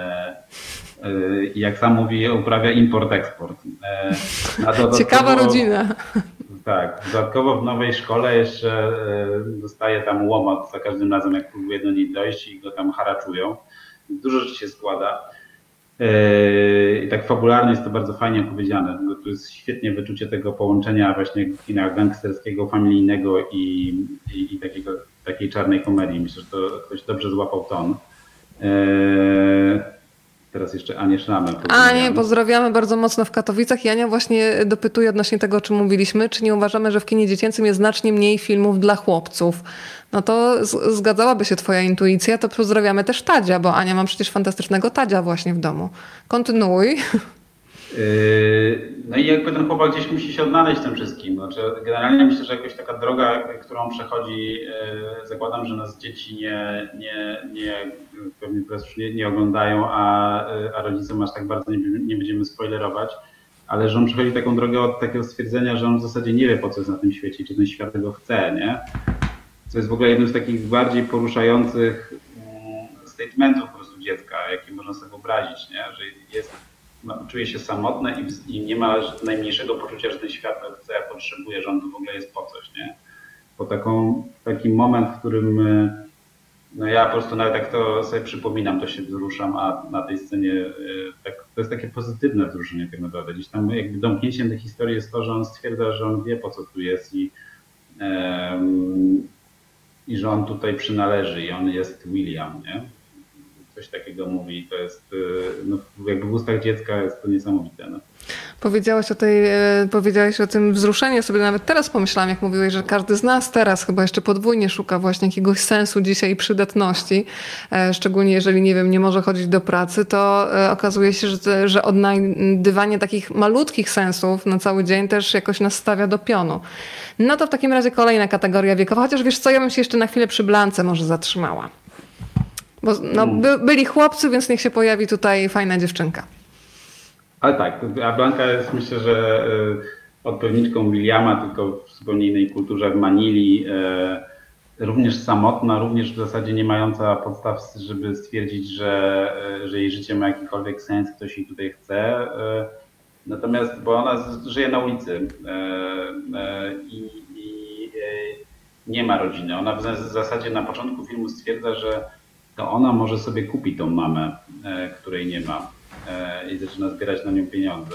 Speaker 2: I jak sam mówi, uprawia import-eksport.
Speaker 1: Ciekawa rodzina.
Speaker 2: Tak. Dodatkowo w nowej szkole jeszcze dostaje tam łomot za każdym razem, jak próbuje do niej dojść i go tam haraczują. Dużo rzeczy się składa. I tak fabularnie jest to bardzo fajnie opowiedziane. To jest świetnie wyczucie tego połączenia właśnie kina gangsterskiego, familijnego i, i, i takiego, takiej czarnej komedii. Myślę, że to ktoś dobrze złapał ton. Teraz jeszcze Anię Szlamę.
Speaker 1: Anię pozdrawiamy bardzo mocno w Katowicach. I Ania właśnie dopytuje odnośnie tego, o czym mówiliśmy. Czy nie uważamy, że w kinie dziecięcym jest znacznie mniej filmów dla chłopców? No to z- zgadzałaby się twoja intuicja. To pozdrawiamy też Tadzia, bo Ania ma przecież fantastycznego Tadzia właśnie w domu. Kontynuuj.
Speaker 2: No i jakby ten chłopak gdzieś musi się odnaleźć w tym wszystkim. Znaczy, generalnie myślę, że jakoś taka droga, którą przechodzi, zakładam, że nas dzieci nie, nie, nie, pewnie teraz już nie, nie oglądają, a, a rodzicom aż tak bardzo nie, nie będziemy spoilerować, ale że on przechodzi taką drogę od takiego stwierdzenia, że on w zasadzie nie wie, po co jest na tym świecie, czy ten świat tego chce, nie? Co jest w ogóle jednym z takich bardziej poruszających statementów po prostu dziecka, jakie można sobie wyobrazić, nie? Że jest No, czuje się samotne i, i nie ma najmniejszego poczucia, że ten świat chce, potrzebuje, że on tu w ogóle jest po coś, nie? Po taką, taki moment, w którym no ja po prostu nawet jak to sobie przypominam, to się wzruszam, a na tej scenie tak, to jest takie pozytywne wzruszenie tak naprawdę. Gdzieś tam jakby domknięciem tej historii jest to, że on stwierdza, że on wie, po co tu jest i, um, i że on tutaj przynależy i on jest William, nie? Coś takiego mówi, to jest no, jakby w ustach dziecka jest to niesamowite. No.
Speaker 1: Powiedziałeś o tej, powiedziałeś o tym wzruszeniu, sobie nawet teraz pomyślałam, jak mówiłeś, że każdy z nas teraz chyba jeszcze podwójnie szuka właśnie jakiegoś sensu dzisiaj i przydatności, szczególnie jeżeli, nie wiem, nie może chodzić do pracy, to okazuje się, że, że odnajdywanie takich malutkich sensów na cały dzień też jakoś nas stawia do pionu. No to w takim razie kolejna kategoria wiekowa, chociaż wiesz co, ja bym się jeszcze na chwilę przy Blance może zatrzymała. Bo no, by, byli chłopcy, więc niech się pojawi tutaj fajna dziewczynka.
Speaker 2: Ale tak, a Blanka jest myślę, że odpowiedniczką Williama, tylko w zupełnie innej kulturze w Manili. Również samotna, również w zasadzie nie mająca podstaw, żeby stwierdzić, że, że jej życie ma jakikolwiek sens, ktoś jej tutaj chce. Natomiast, bo ona żyje na ulicy i, i nie ma rodziny. Ona w zasadzie na początku filmu stwierdza, że to ona może sobie kupić tą mamę, e, której nie ma e, i zaczyna zbierać na nią pieniądze.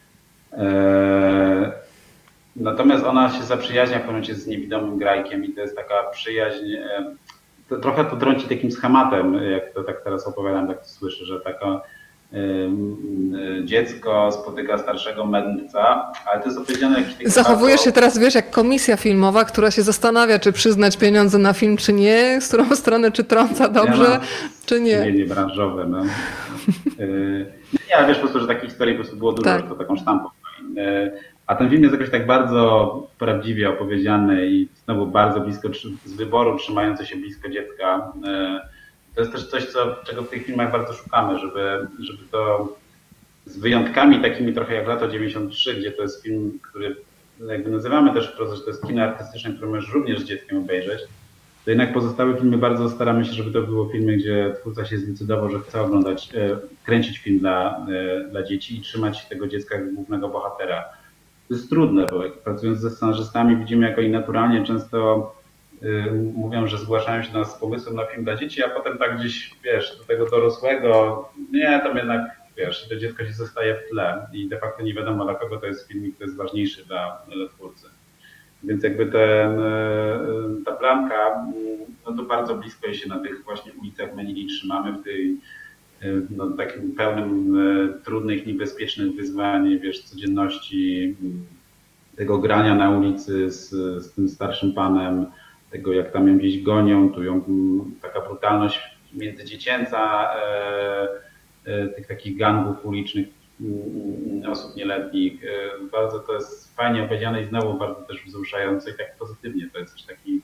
Speaker 2: E, natomiast ona się zaprzyjaźnia w pewnym momencie z niewidomym grajkiem i to jest taka przyjaźń, e, to trochę to trąci takim schematem, jak to tak teraz opowiadam, tak to słyszę, że taka dziecko spotyka starszego mędrca, ale to jest opowiedziane jakiś taki...
Speaker 1: Zachowujesz
Speaker 2: bardzo...
Speaker 1: się teraz, wiesz, jak komisja filmowa, która się zastanawia, czy przyznać pieniądze na film, czy nie, z którą stronę, czy trąca dobrze, ja czy nie.
Speaker 2: Nie, nie branżowe, no. Nie, ale wiesz po prostu, że takich historii po prostu było dużo, tak. Że to taką sztampą. A ten film jest jakoś tak bardzo prawdziwie opowiedziany i znowu bardzo blisko, z wyboru trzymający się blisko dziecka. To jest też coś, co, czego w tych filmach bardzo szukamy, żeby, żeby to z wyjątkami takimi trochę jak Lato dziewięćdziesiąt trzy, gdzie to jest film, który jakby nazywamy też wprost, że to jest kino artystyczne, które możesz również z dzieckiem obejrzeć, to jednak pozostałe filmy bardzo staramy się, żeby to było filmy, gdzie twórca się zdecydował, że chce oglądać, kręcić film dla, dla dzieci i trzymać tego dziecka jak głównego bohatera. To jest trudne, bo pracując ze scenarzystami widzimy, jak oni naturalnie często y, mówią, że zgłaszają się do nas z pomysłem na film dla dzieci, a potem tak gdzieś, wiesz, do tego dorosłego, nie, tam jednak, wiesz, to dziecko się zostaje w tle i de facto nie wiadomo, dla kogo to jest film, który jest ważniejszy dla, dla twórcy. Więc jakby ten, ta bramka, no to bardzo blisko się na tych właśnie ulicach Manili trzymamy, w tej no, takim pełnym trudnych, niebezpiecznych wyzwań, wiesz, codzienności, tego grania na ulicy z, z tym starszym panem, tego jak tam ją gdzieś gonią, tu ją taka brutalność międzydziecięca, e, e, tych takich gangów ulicznych osób nieletnich. Bardzo to jest fajnie opowiedziane i znowu bardzo też wzruszające i tak pozytywnie. To jest też taki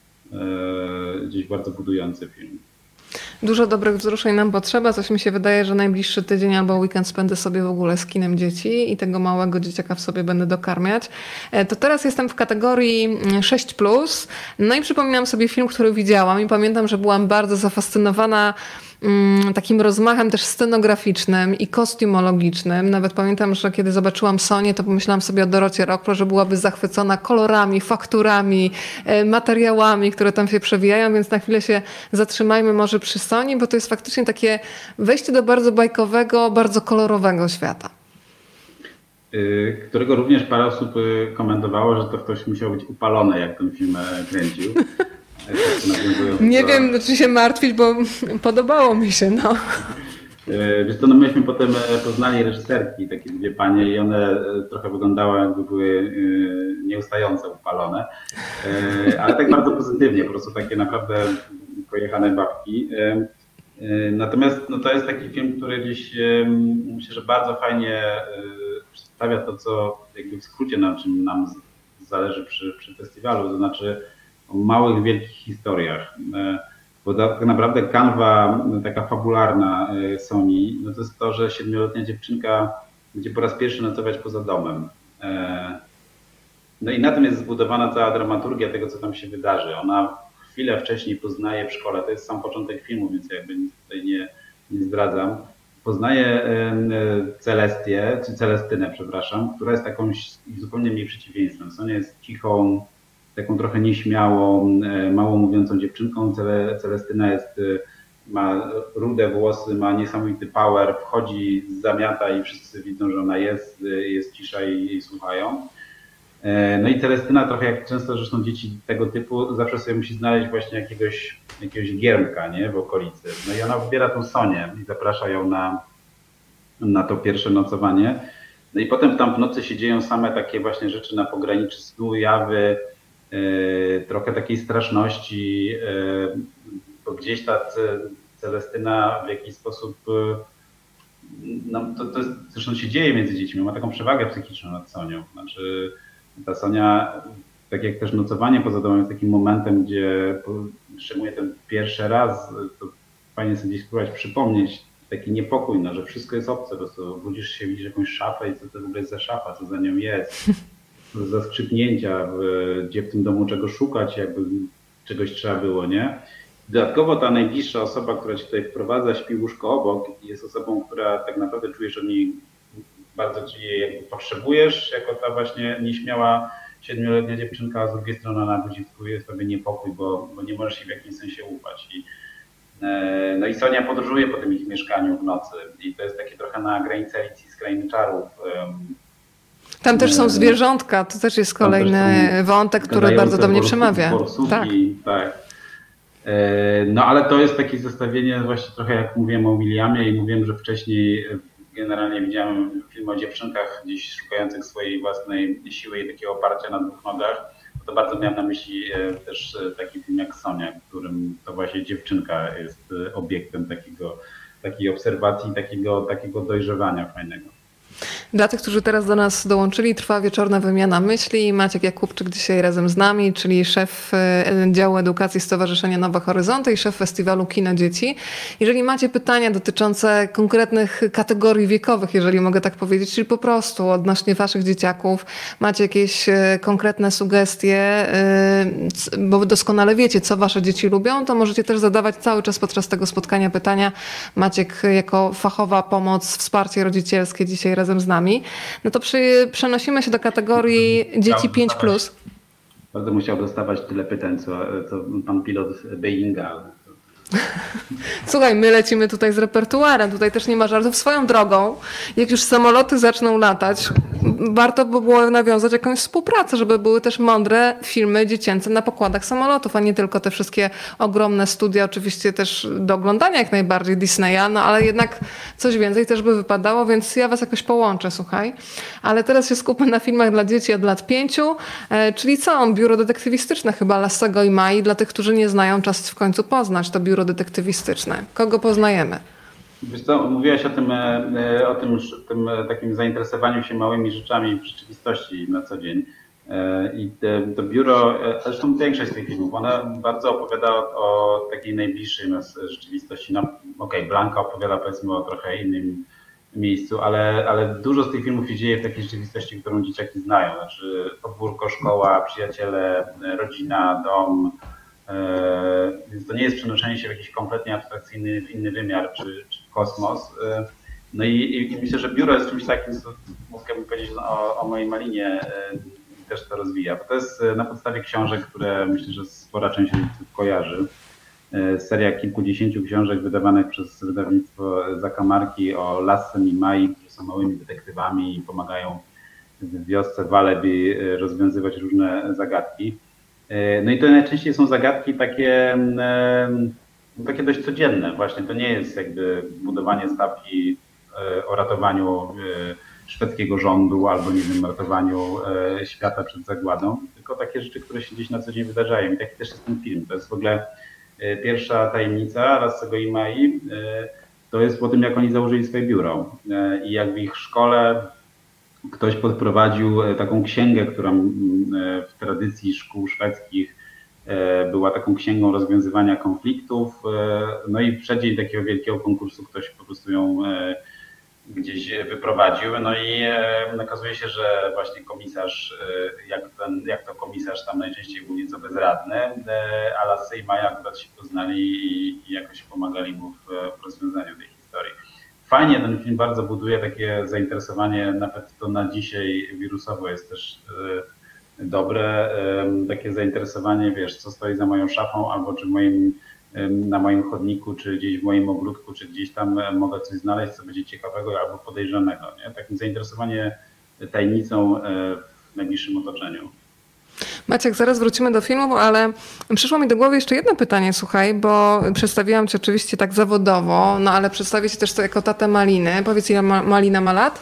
Speaker 2: e, gdzieś bardzo budujący film.
Speaker 1: Dużo dobrych wzruszeń nam potrzeba. Coś mi się wydaje, że najbliższy tydzień albo weekend spędzę sobie w ogóle z kinem dzieci i tego małego dzieciaka w sobie będę dokarmiać. To teraz jestem w kategorii sześć plus. No i przypominam sobie film, który widziałam i pamiętam, że byłam bardzo zafascynowana takim rozmachem też scenograficznym i kostiumologicznym. Nawet pamiętam, że kiedy zobaczyłam Sonię, to pomyślałam sobie o Dorocie Rockro, że byłaby zachwycona kolorami, fakturami, materiałami, które tam się przewijają, więc na chwilę się zatrzymajmy może przy Soni, bo to jest faktycznie takie wejście do bardzo bajkowego, bardzo kolorowego świata.
Speaker 2: Którego również parę osób komentowało, że to ktoś musiał być upalony, jak ten film kręcił.
Speaker 1: Nie do... wiem, czy się martwić, bo podobało mi się, no.
Speaker 2: Wiesz co, no myśmy potem poznali reżyserki, takie dwie panie i one trochę wyglądały, jakby były nieustająco upalone, ale tak bardzo pozytywnie, po prostu takie naprawdę pojechane babki. Natomiast no, to jest taki film, który gdzieś myślę, że bardzo fajnie przedstawia to, co jakby w skrócie na czym nam zależy przy, przy festiwalu, to znaczy o małych, wielkich historiach. Bo tak naprawdę kanwa taka fabularna Soni, no to jest to, że siedmioletnia dziewczynka będzie po raz pierwszy nocować poza domem. No i na tym jest zbudowana cała dramaturgia tego, co tam się wydarzy. Ona chwilę wcześniej poznaje w szkole, to jest sam początek filmu, więc jakby nic tutaj nie, nie zdradzam. Poznaje Celestię, czy Celestynę, przepraszam, która jest taką zupełnie mniej przeciwieństwem. Sonia jest cichą, taką trochę nieśmiałą, mało mówiącą dziewczynką. Celestyna jest, ma rude włosy, ma niesamowity power, wchodzi, zamiata i wszyscy widzą, że ona jest, jest cisza i jej słuchają. No i Celestyna trochę jak często zresztą dzieci tego typu zawsze sobie musi znaleźć właśnie jakiegoś, jakiegoś giermka, nie, w okolicy. No i ona wybiera tą Sonię i zaprasza ją na, na to pierwsze nocowanie. No i potem tam w nocy się dzieją same takie właśnie rzeczy na pograniczu snu, jawy, yy, trochę takiej straszności, yy, bo gdzieś ta Celestyna w jakiś sposób, yy, no to, to jest, zresztą się dzieje między dziećmi, ma taką przewagę psychiczną nad Sonią. Znaczy ta Sonia, tak jak też nocowanie poza domem jest takim momentem, gdzie szczególnie ten pierwszy raz, to fajnie sobie gdzieś spróbować przypomnieć taki niepokój, no, że wszystko jest obce, po prostu budzisz się, widzisz jakąś szafę i co to w ogóle jest za szafa, co za nią jest, co za skrzypnięcia, gdzie w tym domu czego szukać, jakby czegoś trzeba było, nie? Dodatkowo ta najbliższa osoba, która cię tutaj wprowadza, śpi łóżko obok i jest osobą, która tak naprawdę czujesz od niej bardzo ci jej jakby potrzebujesz, jako ta właśnie nieśmiała siedmioletnia dziewczynka, a z drugiej strony na budzisku jest sobie niepokój, bo, bo nie możesz się w jakimś sensie ufać. I, e, no i Sonia podróżuje po tym ich mieszkaniu w nocy i to jest takie trochę na granicy Alicji z Krainy Czarów.
Speaker 1: Tam też są zwierzątka, to też jest kolejny wątek, który bardzo do mnie przemawia.
Speaker 2: Borsuki, tak. tak. No ale to jest takie zestawienie właśnie trochę jak mówiłem o Williamie i mówiłem, że wcześniej generalnie widziałem film o dziewczynkach gdzieś szukających swojej własnej siły i takiego oparcia na dwóch nogach. To bardzo miałem na myśli też taki film jak Sonia, w którym to właśnie dziewczynka jest obiektem takiego, takiej obserwacji, takiego, takiego dojrzewania fajnego.
Speaker 1: Dla tych, którzy teraz do nas dołączyli, trwa wieczorna wymiana myśli. Maciek Jakubczyk dzisiaj razem z nami, czyli szef działu edukacji Stowarzyszenia Nowe Horyzonty i szef festiwalu Kino Dzieci. Jeżeli macie pytania dotyczące konkretnych kategorii wiekowych, jeżeli mogę tak powiedzieć, czyli po prostu odnośnie waszych dzieciaków, macie jakieś konkretne sugestie, bo doskonale wiecie, co wasze dzieci lubią, to możecie też zadawać cały czas podczas tego spotkania pytania. Maciek jako fachowa pomoc, wsparcie rodzicielskie dzisiaj razem z nami. No to przy, przenosimy się do kategorii dzieci pięć plus.
Speaker 2: Bardzo musiał dostawać tyle pytań, co, co pan pilot Boeinga.
Speaker 1: Słuchaj, my lecimy tutaj z repertuarem, tutaj też nie ma żartów. Swoją drogą, jak już samoloty zaczną latać, warto by było nawiązać jakąś współpracę, żeby były też mądre filmy dziecięce na pokładach samolotów, a nie tylko te wszystkie ogromne studia, oczywiście też do oglądania jak najbardziej Disneya, no ale jednak coś więcej też by wypadało, więc ja was jakoś połączę, słuchaj. Ale teraz się skupmy na filmach dla dzieci od lat pięciu, czyli co? Biuro detektywistyczne chyba Lassego i Mai, dla tych, którzy nie znają, czas w końcu poznać to biuro detektywistyczne. Kogo poznajemy?
Speaker 2: Wiesz co, mówiłaś o tym, o tym, tym takim zainteresowaniu się małymi rzeczami w rzeczywistości na co dzień. I to biuro, zresztą większość z tych filmów, ona bardzo opowiada o, o takiej najbliższej nas rzeczywistości. No, okej, okay, Blanka opowiada powiedzmy o trochę innym miejscu, ale, ale dużo z tych filmów się dzieje w takiej rzeczywistości, którą dzieciaki znają. Znaczy podwórko, szkoła, przyjaciele, rodzina, dom. Więc to nie jest przenoszenie się w jakiś kompletnie abstrakcyjny, w inny wymiar czy, czy w kosmos. No i, i myślę, że biuro jest czymś takim, co mógłbym powiedzieć o, o mojej Malinie, też to rozwija. Bo to jest na podstawie książek, które myślę, że spora część rodziców kojarzy. Seria kilkudziesięciu książek wydawanych przez wydawnictwo Zakamarki o Lassem i Mai, którzy są małymi detektywami i pomagają w wiosce Walebi rozwiązywać różne zagadki. No i to najczęściej są zagadki takie, takie dość codzienne. Właśnie to nie jest jakby budowanie stawki o ratowaniu szwedzkiego rządu albo nie wiem, ratowaniu świata przed zagładą, tylko takie rzeczy, które się gdzieś na co dzień wydarzają. I taki też jest ten film. To jest w ogóle pierwsza tajemnica Lassego i Mai. To jest po tym, jak oni założyli swoje biuro i jak w ich szkole ktoś podprowadził taką księgę, która w tradycji szkół szwedzkich była taką księgą rozwiązywania konfliktów. No i w przeddzień takiego wielkiego konkursu ktoś po prostu ją gdzieś wyprowadził. No i okazuje się, że właśnie komisarz, jak, ten, jak to komisarz tam najczęściej był nieco bezradny, a Lasse i Maja akurat się poznali i, i jakoś pomagali mu w, w rozwiązaniu tej historii. Fajnie ten film bardzo buduje takie zainteresowanie, nawet to na dzisiaj wirusowo jest też y, dobre, y, takie zainteresowanie, wiesz, co stoi za moją szafą, albo czy moim, y, na moim chodniku, czy gdzieś w moim ogródku, czy gdzieś tam mogę coś znaleźć, co będzie ciekawego albo podejrzanego. Nie? Takie zainteresowanie tajemnicą y, w najbliższym otoczeniu.
Speaker 1: Maciek, zaraz wrócimy do filmu, ale przyszło mi do głowy jeszcze jedno pytanie, słuchaj, bo przedstawiłam cię oczywiście tak zawodowo, no ale przedstawię cię też to jako tatę Maliny. Powiedz, ile ma, Malina ma lat?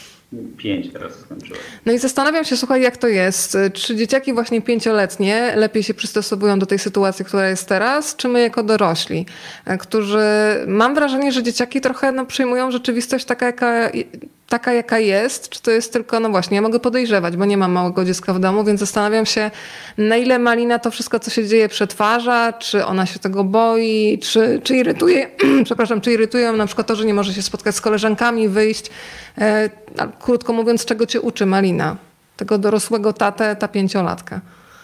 Speaker 2: Pięć teraz skończyłem.
Speaker 1: No i zastanawiam się, słuchaj, jak to jest. Czy dzieciaki właśnie pięcioletnie lepiej się przystosowują do tej sytuacji, która jest teraz, czy my jako dorośli, którzy, mam wrażenie, że dzieciaki trochę no, przyjmują rzeczywistość taka, jaka, taka, jaka jest, czy to jest tylko, no właśnie, ja mogę podejrzewać, bo nie mam małego dziecka w domu, więc zastanawiam się, na ile Malina to wszystko, co się dzieje, przetwarza, czy ona się tego boi, czy, czy irytuje, przepraszam, czy irytuje ją na przykład to, że nie może się spotkać z koleżankami, wyjść. E, krótko mówiąc, czego cię uczy Malina? Tego dorosłego tatę, ta pięciolatka.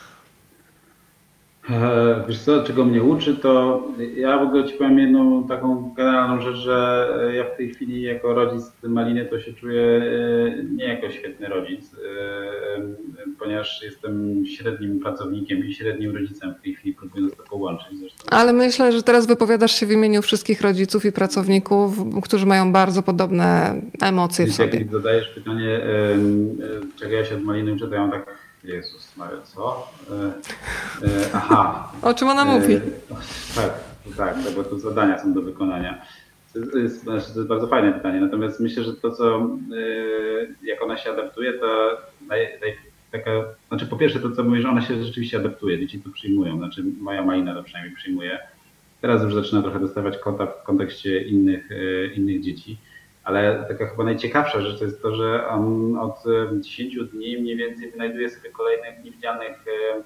Speaker 2: Wiesz co, czego mnie uczy, to ja w ogóle ci powiem jedną taką generalną rzecz, że ja w tej chwili jako rodzic Maliny to się czuję nie jako świetny rodzic, ponieważ jestem średnim pracownikiem i średnim rodzicem w tej chwili, próbując to połączyć. Zresztą. Ale
Speaker 1: myślę, że teraz wypowiadasz się w imieniu wszystkich rodziców i pracowników, którzy mają bardzo podobne emocje w sobie.
Speaker 2: Jak zadajesz pytanie, czego ja się od Maliny uczę, to ja mam tak... Jezus Maria, co? E, e, aha.
Speaker 1: O czym ona mówi?
Speaker 2: E, Tak, tak, bo to zadania są do wykonania. To jest, to jest bardzo fajne pytanie, natomiast myślę, że to, co jak ona się adaptuje, to naj, naj, taka, znaczy po pierwsze to, co mówisz, ona się rzeczywiście adaptuje, dzieci to przyjmują, znaczy moja Malina to przynajmniej przyjmuje. Teraz już zaczyna trochę dostawać kota w kontekście innych, innych dzieci, ale taka chyba najciekawsza rzecz to jest to, że on od dziesięciu dni mniej więcej wynajduje sobie kolejnych niewidzialnych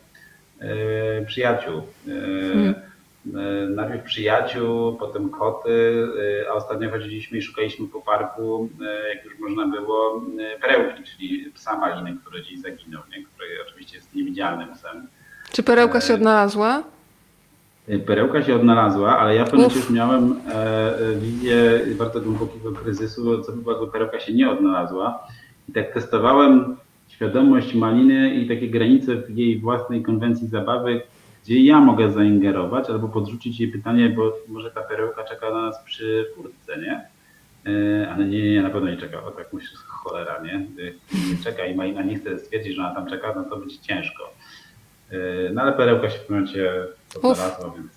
Speaker 2: przyjaciół. Hmm. Najpierw przyjaciół, potem koty, a ostatnio chodziliśmy i szukaliśmy po parku, jak już można było, Perełki, czyli psa Maliny, który dziś zaginął, nie? Który oczywiście jest niewidzialnym psem.
Speaker 1: Czy Perełka się odnalazła?
Speaker 2: Perełka się odnalazła, ale ja w pewnym momencie już miałem wizję bardzo głębokiego kryzysu, co by było, jakby Perełka się nie odnalazła. I tak testowałem świadomość Maliny i takie granice w jej własnej konwencji zabawy, gdzie ja mogę zaingerować albo podrzucić jej pytanie, bo może ta Perełka czeka na nas przy furtce, nie? Ale nie, nie, na pewno nie czeka, bo tak myślę, cholera, nie? Nie czeka i Malina nie chce stwierdzić, że ona tam czeka, no to będzie ciężko. No ale Perełka się w pewnym momencie odnalazła, więc...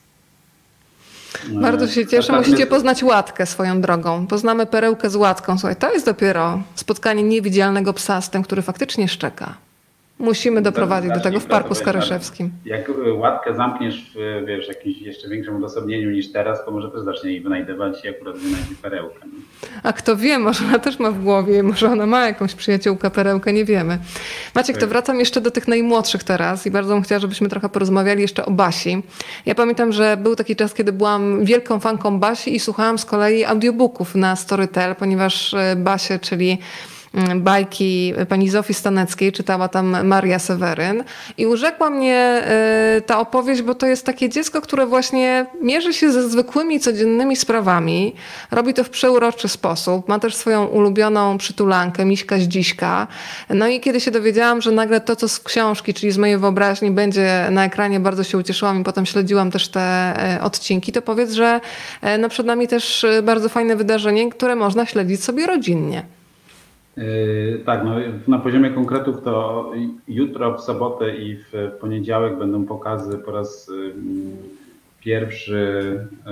Speaker 1: Bardzo się cieszę. Musicie poznać Łatkę swoją drogą. Poznamy Perełkę z Łatką. Słuchaj, to jest dopiero spotkanie niewidzialnego psa z tym, który faktycznie szczeka. Musimy doprowadzić do tego w Parku Skaryszewskim.
Speaker 2: Jak Łatkę zamkniesz w wiesz, jakimś jeszcze większym odosobnieniu niż teraz, to może też zacznie jej wynajdywać i akurat wynajdzie Perełkę.
Speaker 1: A kto wie, może ona też ma w głowie, może ona ma jakąś przyjaciółkę Perełkę, nie wiemy. Maciek, to wracam jeszcze do tych najmłodszych teraz i bardzo bym chciała, żebyśmy trochę porozmawiali jeszcze o Basi. Ja pamiętam, że był taki czas, kiedy byłam wielką fanką Basi i słuchałam z kolei audiobooków na Storytel, ponieważ Basię, czyli bajki pani Zofii Staneckiej, czytała tam Maria Seweryn i urzekła mnie ta opowieść, bo to jest takie dziecko, które właśnie mierzy się ze zwykłymi, codziennymi sprawami, robi to w przeuroczy sposób, ma też swoją ulubioną przytulankę, Miśka Zdziśka. No i kiedy się dowiedziałam, że nagle to, co z książki, czyli z mojej wyobraźni będzie na ekranie, bardzo się ucieszyłam i potem śledziłam też te odcinki, to powiedz, że no przed nami też bardzo fajne wydarzenie, które można śledzić sobie rodzinnie.
Speaker 2: Yy, tak, no, na poziomie konkretów to jutro, w sobotę i w poniedziałek będą pokazy po raz yy, pierwszy,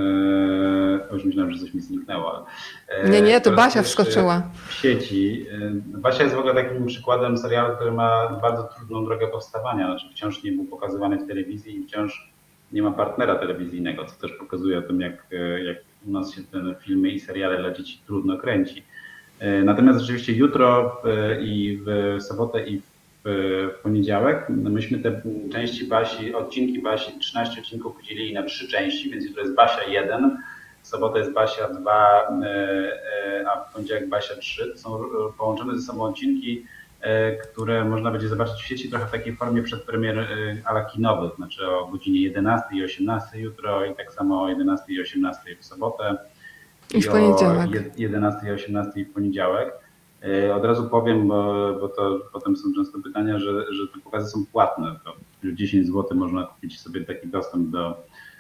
Speaker 2: yy, już myślałem, że coś mi zniknęło.
Speaker 1: Yy, nie, nie, to Basia wskoczyła.
Speaker 2: W sieci. Yy, Basia jest w ogóle takim przykładem serialu, który ma bardzo trudną drogę powstawania, znaczy wciąż nie był pokazywany w telewizji i wciąż nie ma partnera telewizyjnego, co też pokazuje o tym, jak, jak u nas się te filmy i seriale dla dzieci trudno kręci. Natomiast rzeczywiście jutro i w sobotę i w poniedziałek myśmy te części Basi, odcinki Basi, trzynaście odcinków podzielili na trzy części, więc jutro jest Basia jeden, w sobotę jest Basia dwa, a w poniedziałek Basia trzy. To są połączone ze sobą odcinki, które można będzie zobaczyć w sieci trochę w takiej formie przedpremier ala kinowych, znaczy o godzinie jedenastej i osiemnastej jutro i tak samo o jedenastej i osiemnastej w sobotę.
Speaker 1: I w poniedziałek.
Speaker 2: O jedenastej i osiemnastej w poniedziałek. Od razu powiem, bo, bo to potem są często pytania, że, że te pokazy są płatne. To dziesięć złotych można kupić sobie taki dostęp do,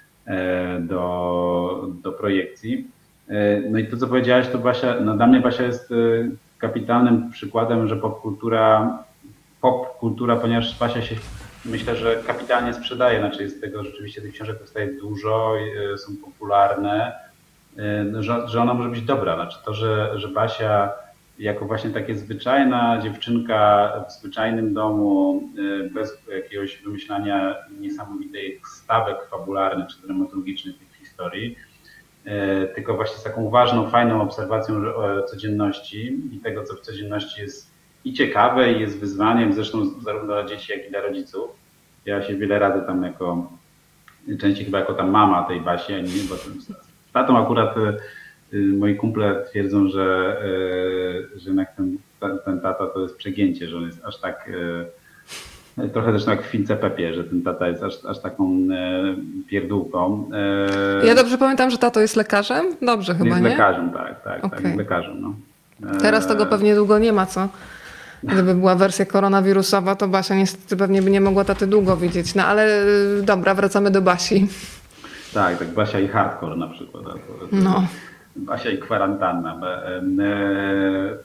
Speaker 2: do, do projekcji. No i to, co powiedziałaś, to Basia, no dla mnie Basia jest kapitalnym przykładem, że popkultura, popkultura, ponieważ Basia się, myślę, że kapitalnie sprzedaje, znaczy z tego rzeczywiście tych książek powstaje dużo, są popularne. Że, że ona może być dobra. Znaczy to, że, że Basia jako właśnie takie zwyczajna dziewczynka w zwyczajnym domu, bez jakiegoś wymyślania niesamowitych stawek fabularnych czy dramaturgicznych tych historii, tylko właśnie z taką ważną, fajną obserwacją codzienności i tego, co w codzienności jest i ciekawe, i jest wyzwaniem, zresztą zarówno dla dzieci, jak i dla rodziców. Ja się wiele razy tam jako, częściej chyba jako ta mama tej Basi, a nie, bo tatą akurat moi kumple twierdzą, że, że jednak ten, ten tata to jest przegięcie, że on jest aż tak, trochę zresztą jak w Fince Pepie, że ten tata jest aż, aż taką pierdółką.
Speaker 1: Ja dobrze pamiętam, że tato jest lekarzem? Dobrze chyba,
Speaker 2: jest
Speaker 1: nie?
Speaker 2: Jest lekarzem, tak, tak, okay. tak, jest lekarzem. No.
Speaker 1: Teraz tego pewnie długo nie ma, co? Gdyby była wersja koronawirusowa, to Basia niestety pewnie by nie mogła taty długo widzieć. No ale dobra, wracamy do Basi.
Speaker 2: Tak, tak, Basia i hardcore na przykład.
Speaker 1: No.
Speaker 2: Basia i kwarantanna.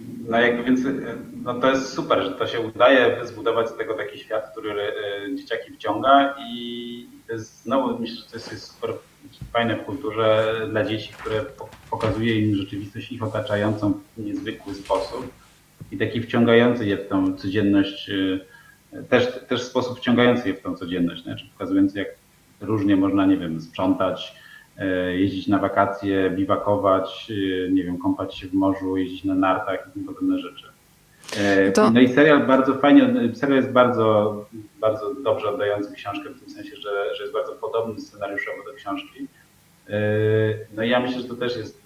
Speaker 2: No jakby więc no to jest super, że to się udaje zbudować z tego taki świat, który dzieciaki wciąga i to jest, znowu myślę, że to jest super fajne w kulturze dla dzieci, które pokazuje im rzeczywistość ich otaczającą w niezwykły sposób i taki wciągający je w tą codzienność, też, też sposób wciągający je w tą codzienność, znaczy pokazujący jak różnie można, nie wiem, sprzątać, jeździć na wakacje, biwakować, nie wiem, kąpać się w morzu, jeździć na nartach i tym podobne rzeczy. To... No i serial bardzo fajnie, serial jest bardzo, bardzo dobrze oddający książkę w tym sensie, że, że jest bardzo podobny scenariuszowo do książki. No i ja myślę, że to też jest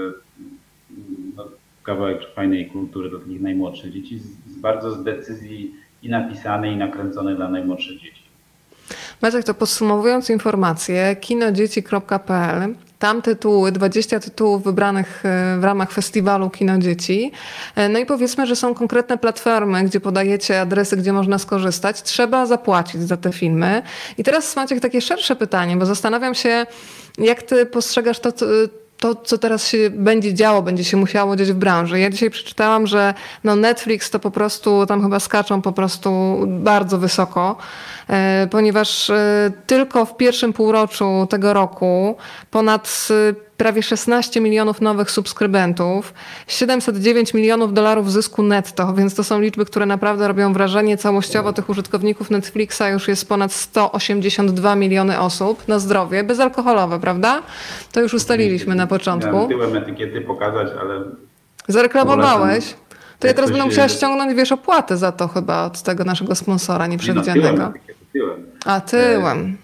Speaker 2: no, kawałek fajnej kultury dla takich najmłodszych dzieci, z, z bardzo z decyzji i napisanej, i nakręconej dla najmłodszych dzieci.
Speaker 1: Maciek, to podsumowując informacje, kinodzieci kropka pe el, tam tytuły, dwadzieścia tytułów wybranych w ramach festiwalu Kino Dzieci. No i powiedzmy, że są konkretne platformy, gdzie podajecie adresy, gdzie można skorzystać. Trzeba zapłacić za te filmy. I teraz, Maciek, takie szersze pytanie, bo zastanawiam się, jak ty postrzegasz to, to, co teraz się będzie działo, będzie się musiało dziać w branży. Ja dzisiaj przeczytałam, że no Netflix to po prostu, tam chyba skaczą po prostu bardzo wysoko, ponieważ tylko w pierwszym półroczu tego roku ponad prawie szesnaście milionów nowych subskrybentów, siedemset dziewięć milionów dolarów zysku netto, więc to są liczby, które naprawdę robią wrażenie. Całościowo tych użytkowników Netflixa już jest ponad sto osiemdziesiąt dwa miliony osób na zdrowie, bezalkoholowe, prawda? To już ustaliliśmy na początku.
Speaker 2: Ja tyłem etykiety pokazać, ale...
Speaker 1: Zareklamowałeś? To ja teraz będę musiała ściągnąć, wiesz, opłatę za to chyba od tego naszego sponsora nieprzewidzianego.
Speaker 2: No, tyłem, tyłem.
Speaker 1: A, tyłem.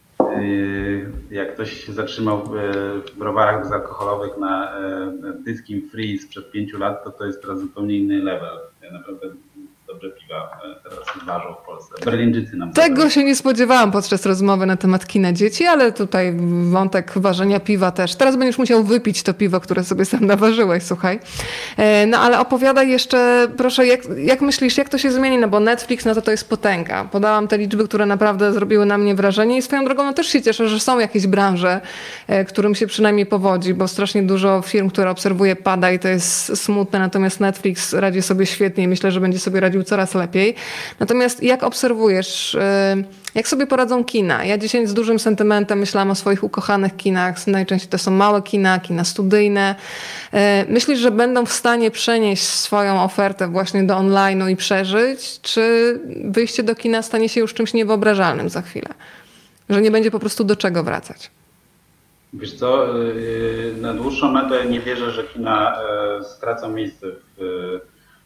Speaker 2: Jak ktoś się zatrzymał w browarach bezalkoholowych na dyskim free sprzed pięciu lat, to to jest teraz zupełnie inny level. Ja naprawdę dobre piwa teraz ważą w Polsce. Berlińczycy nam
Speaker 1: Tego zabrali. Się nie spodziewałam podczas rozmowy na temat kina dzieci, ale tutaj wątek ważenia piwa też. Teraz będziesz musiał wypić to piwo, które sobie sam naważyłeś, słuchaj. No ale opowiadaj jeszcze, proszę, jak, jak myślisz, jak to się zmieni? No bo Netflix, no to to jest potęga. Podałam te liczby, które naprawdę zrobiły na mnie wrażenie i swoją drogą no też się cieszę, że są jakieś branże, którym się przynajmniej powodzi, bo strasznie dużo firm, które obserwuję, pada i to jest smutne, natomiast Netflix radzi sobie świetnie i myślę, że będzie sobie radził coraz lepiej. Natomiast jak obserwujesz, jak sobie poradzą kina? Ja dzisiaj z dużym sentymentem myślałam o swoich ukochanych kinach. Najczęściej to są małe kina, kina studyjne. Myślisz, że będą w stanie przenieść swoją ofertę właśnie do online'u i przeżyć? Czy wyjście do kina stanie się już czymś niewyobrażalnym za chwilę? Że nie będzie po prostu do czego wracać?
Speaker 2: Wiesz co, na dłuższą metę nie wierzę, że kina stracą miejsce w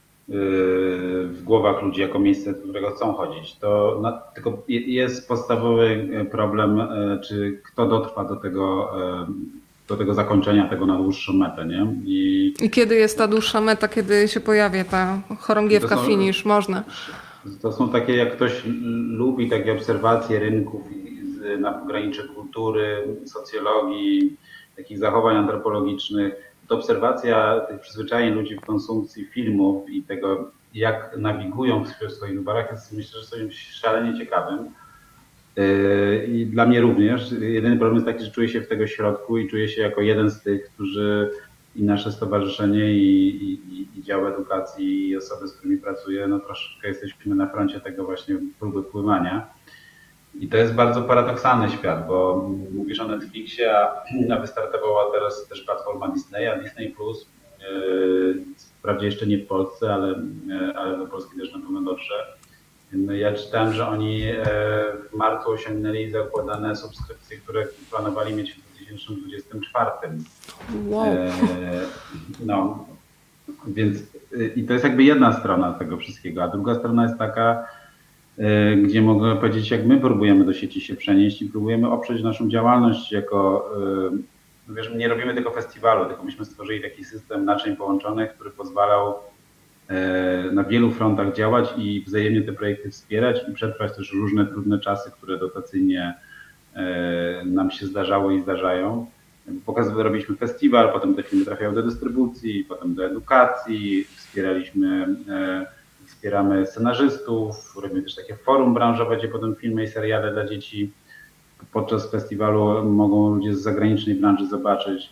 Speaker 2: w głowach ludzi jako miejsce, do którego chcą chodzić. To na, tylko jest podstawowy problem, czy kto dotrwa do tego, do tego zakończenia tego na dłuższą metę, nie? I,
Speaker 1: I kiedy jest ta dłuższa meta, kiedy się pojawia ta chorągiewka, są, finish, można?
Speaker 2: To są takie, jak ktoś lubi takie obserwacje rynków na pograniczu kultury, socjologii, takich zachowań antropologicznych. To obserwacja tych przyzwyczajeń ludzi w konsumpcji filmów i tego, jak nawigują w swoich wyborach, jest myślę, że czymś szalenie ciekawym. I dla mnie również. Jedyny problem jest taki, że czuję się w tego środku i czuję się jako jeden z tych, którzy i nasze stowarzyszenie i, i, i dział edukacji i osoby, z którymi pracuję, no troszeczkę jesteśmy na froncie tego właśnie próby wpływania. I to jest bardzo paradoksalny świat, bo mówisz o Netflixie, a wystartowała teraz też platforma Disneya, Disney Plus. Wprawdzie jeszcze nie w Polsce, ale, ale do Polski też na pewno dotrze. No ja czytałem, że oni w marcu osiągnęli zakładane subskrypcje, które planowali mieć w dwa tysiące dwudziestym czwartym.
Speaker 1: Wow.
Speaker 2: No, więc i to jest jakby jedna strona tego wszystkiego, a druga strona jest taka, gdzie mogę powiedzieć, jak my próbujemy do sieci się przenieść i próbujemy oprzeć naszą działalność jako, no wiesz, nie robimy tego festiwalu, tylko myśmy stworzyli taki system naczyń połączonych, który pozwalał na wielu frontach działać i wzajemnie te projekty wspierać i przetrwać też różne trudne czasy, które dotacyjnie nam się zdarzały i zdarzają. Pokazywaliśmy, robiliśmy festiwal, potem te filmy trafiały do dystrybucji, potem do edukacji, wspieraliśmy Wspieramy scenarzystów, robimy też takie forum branżowe, gdzie potem filmy i seriale dla dzieci podczas festiwalu mogą ludzie z zagranicznej branży zobaczyć.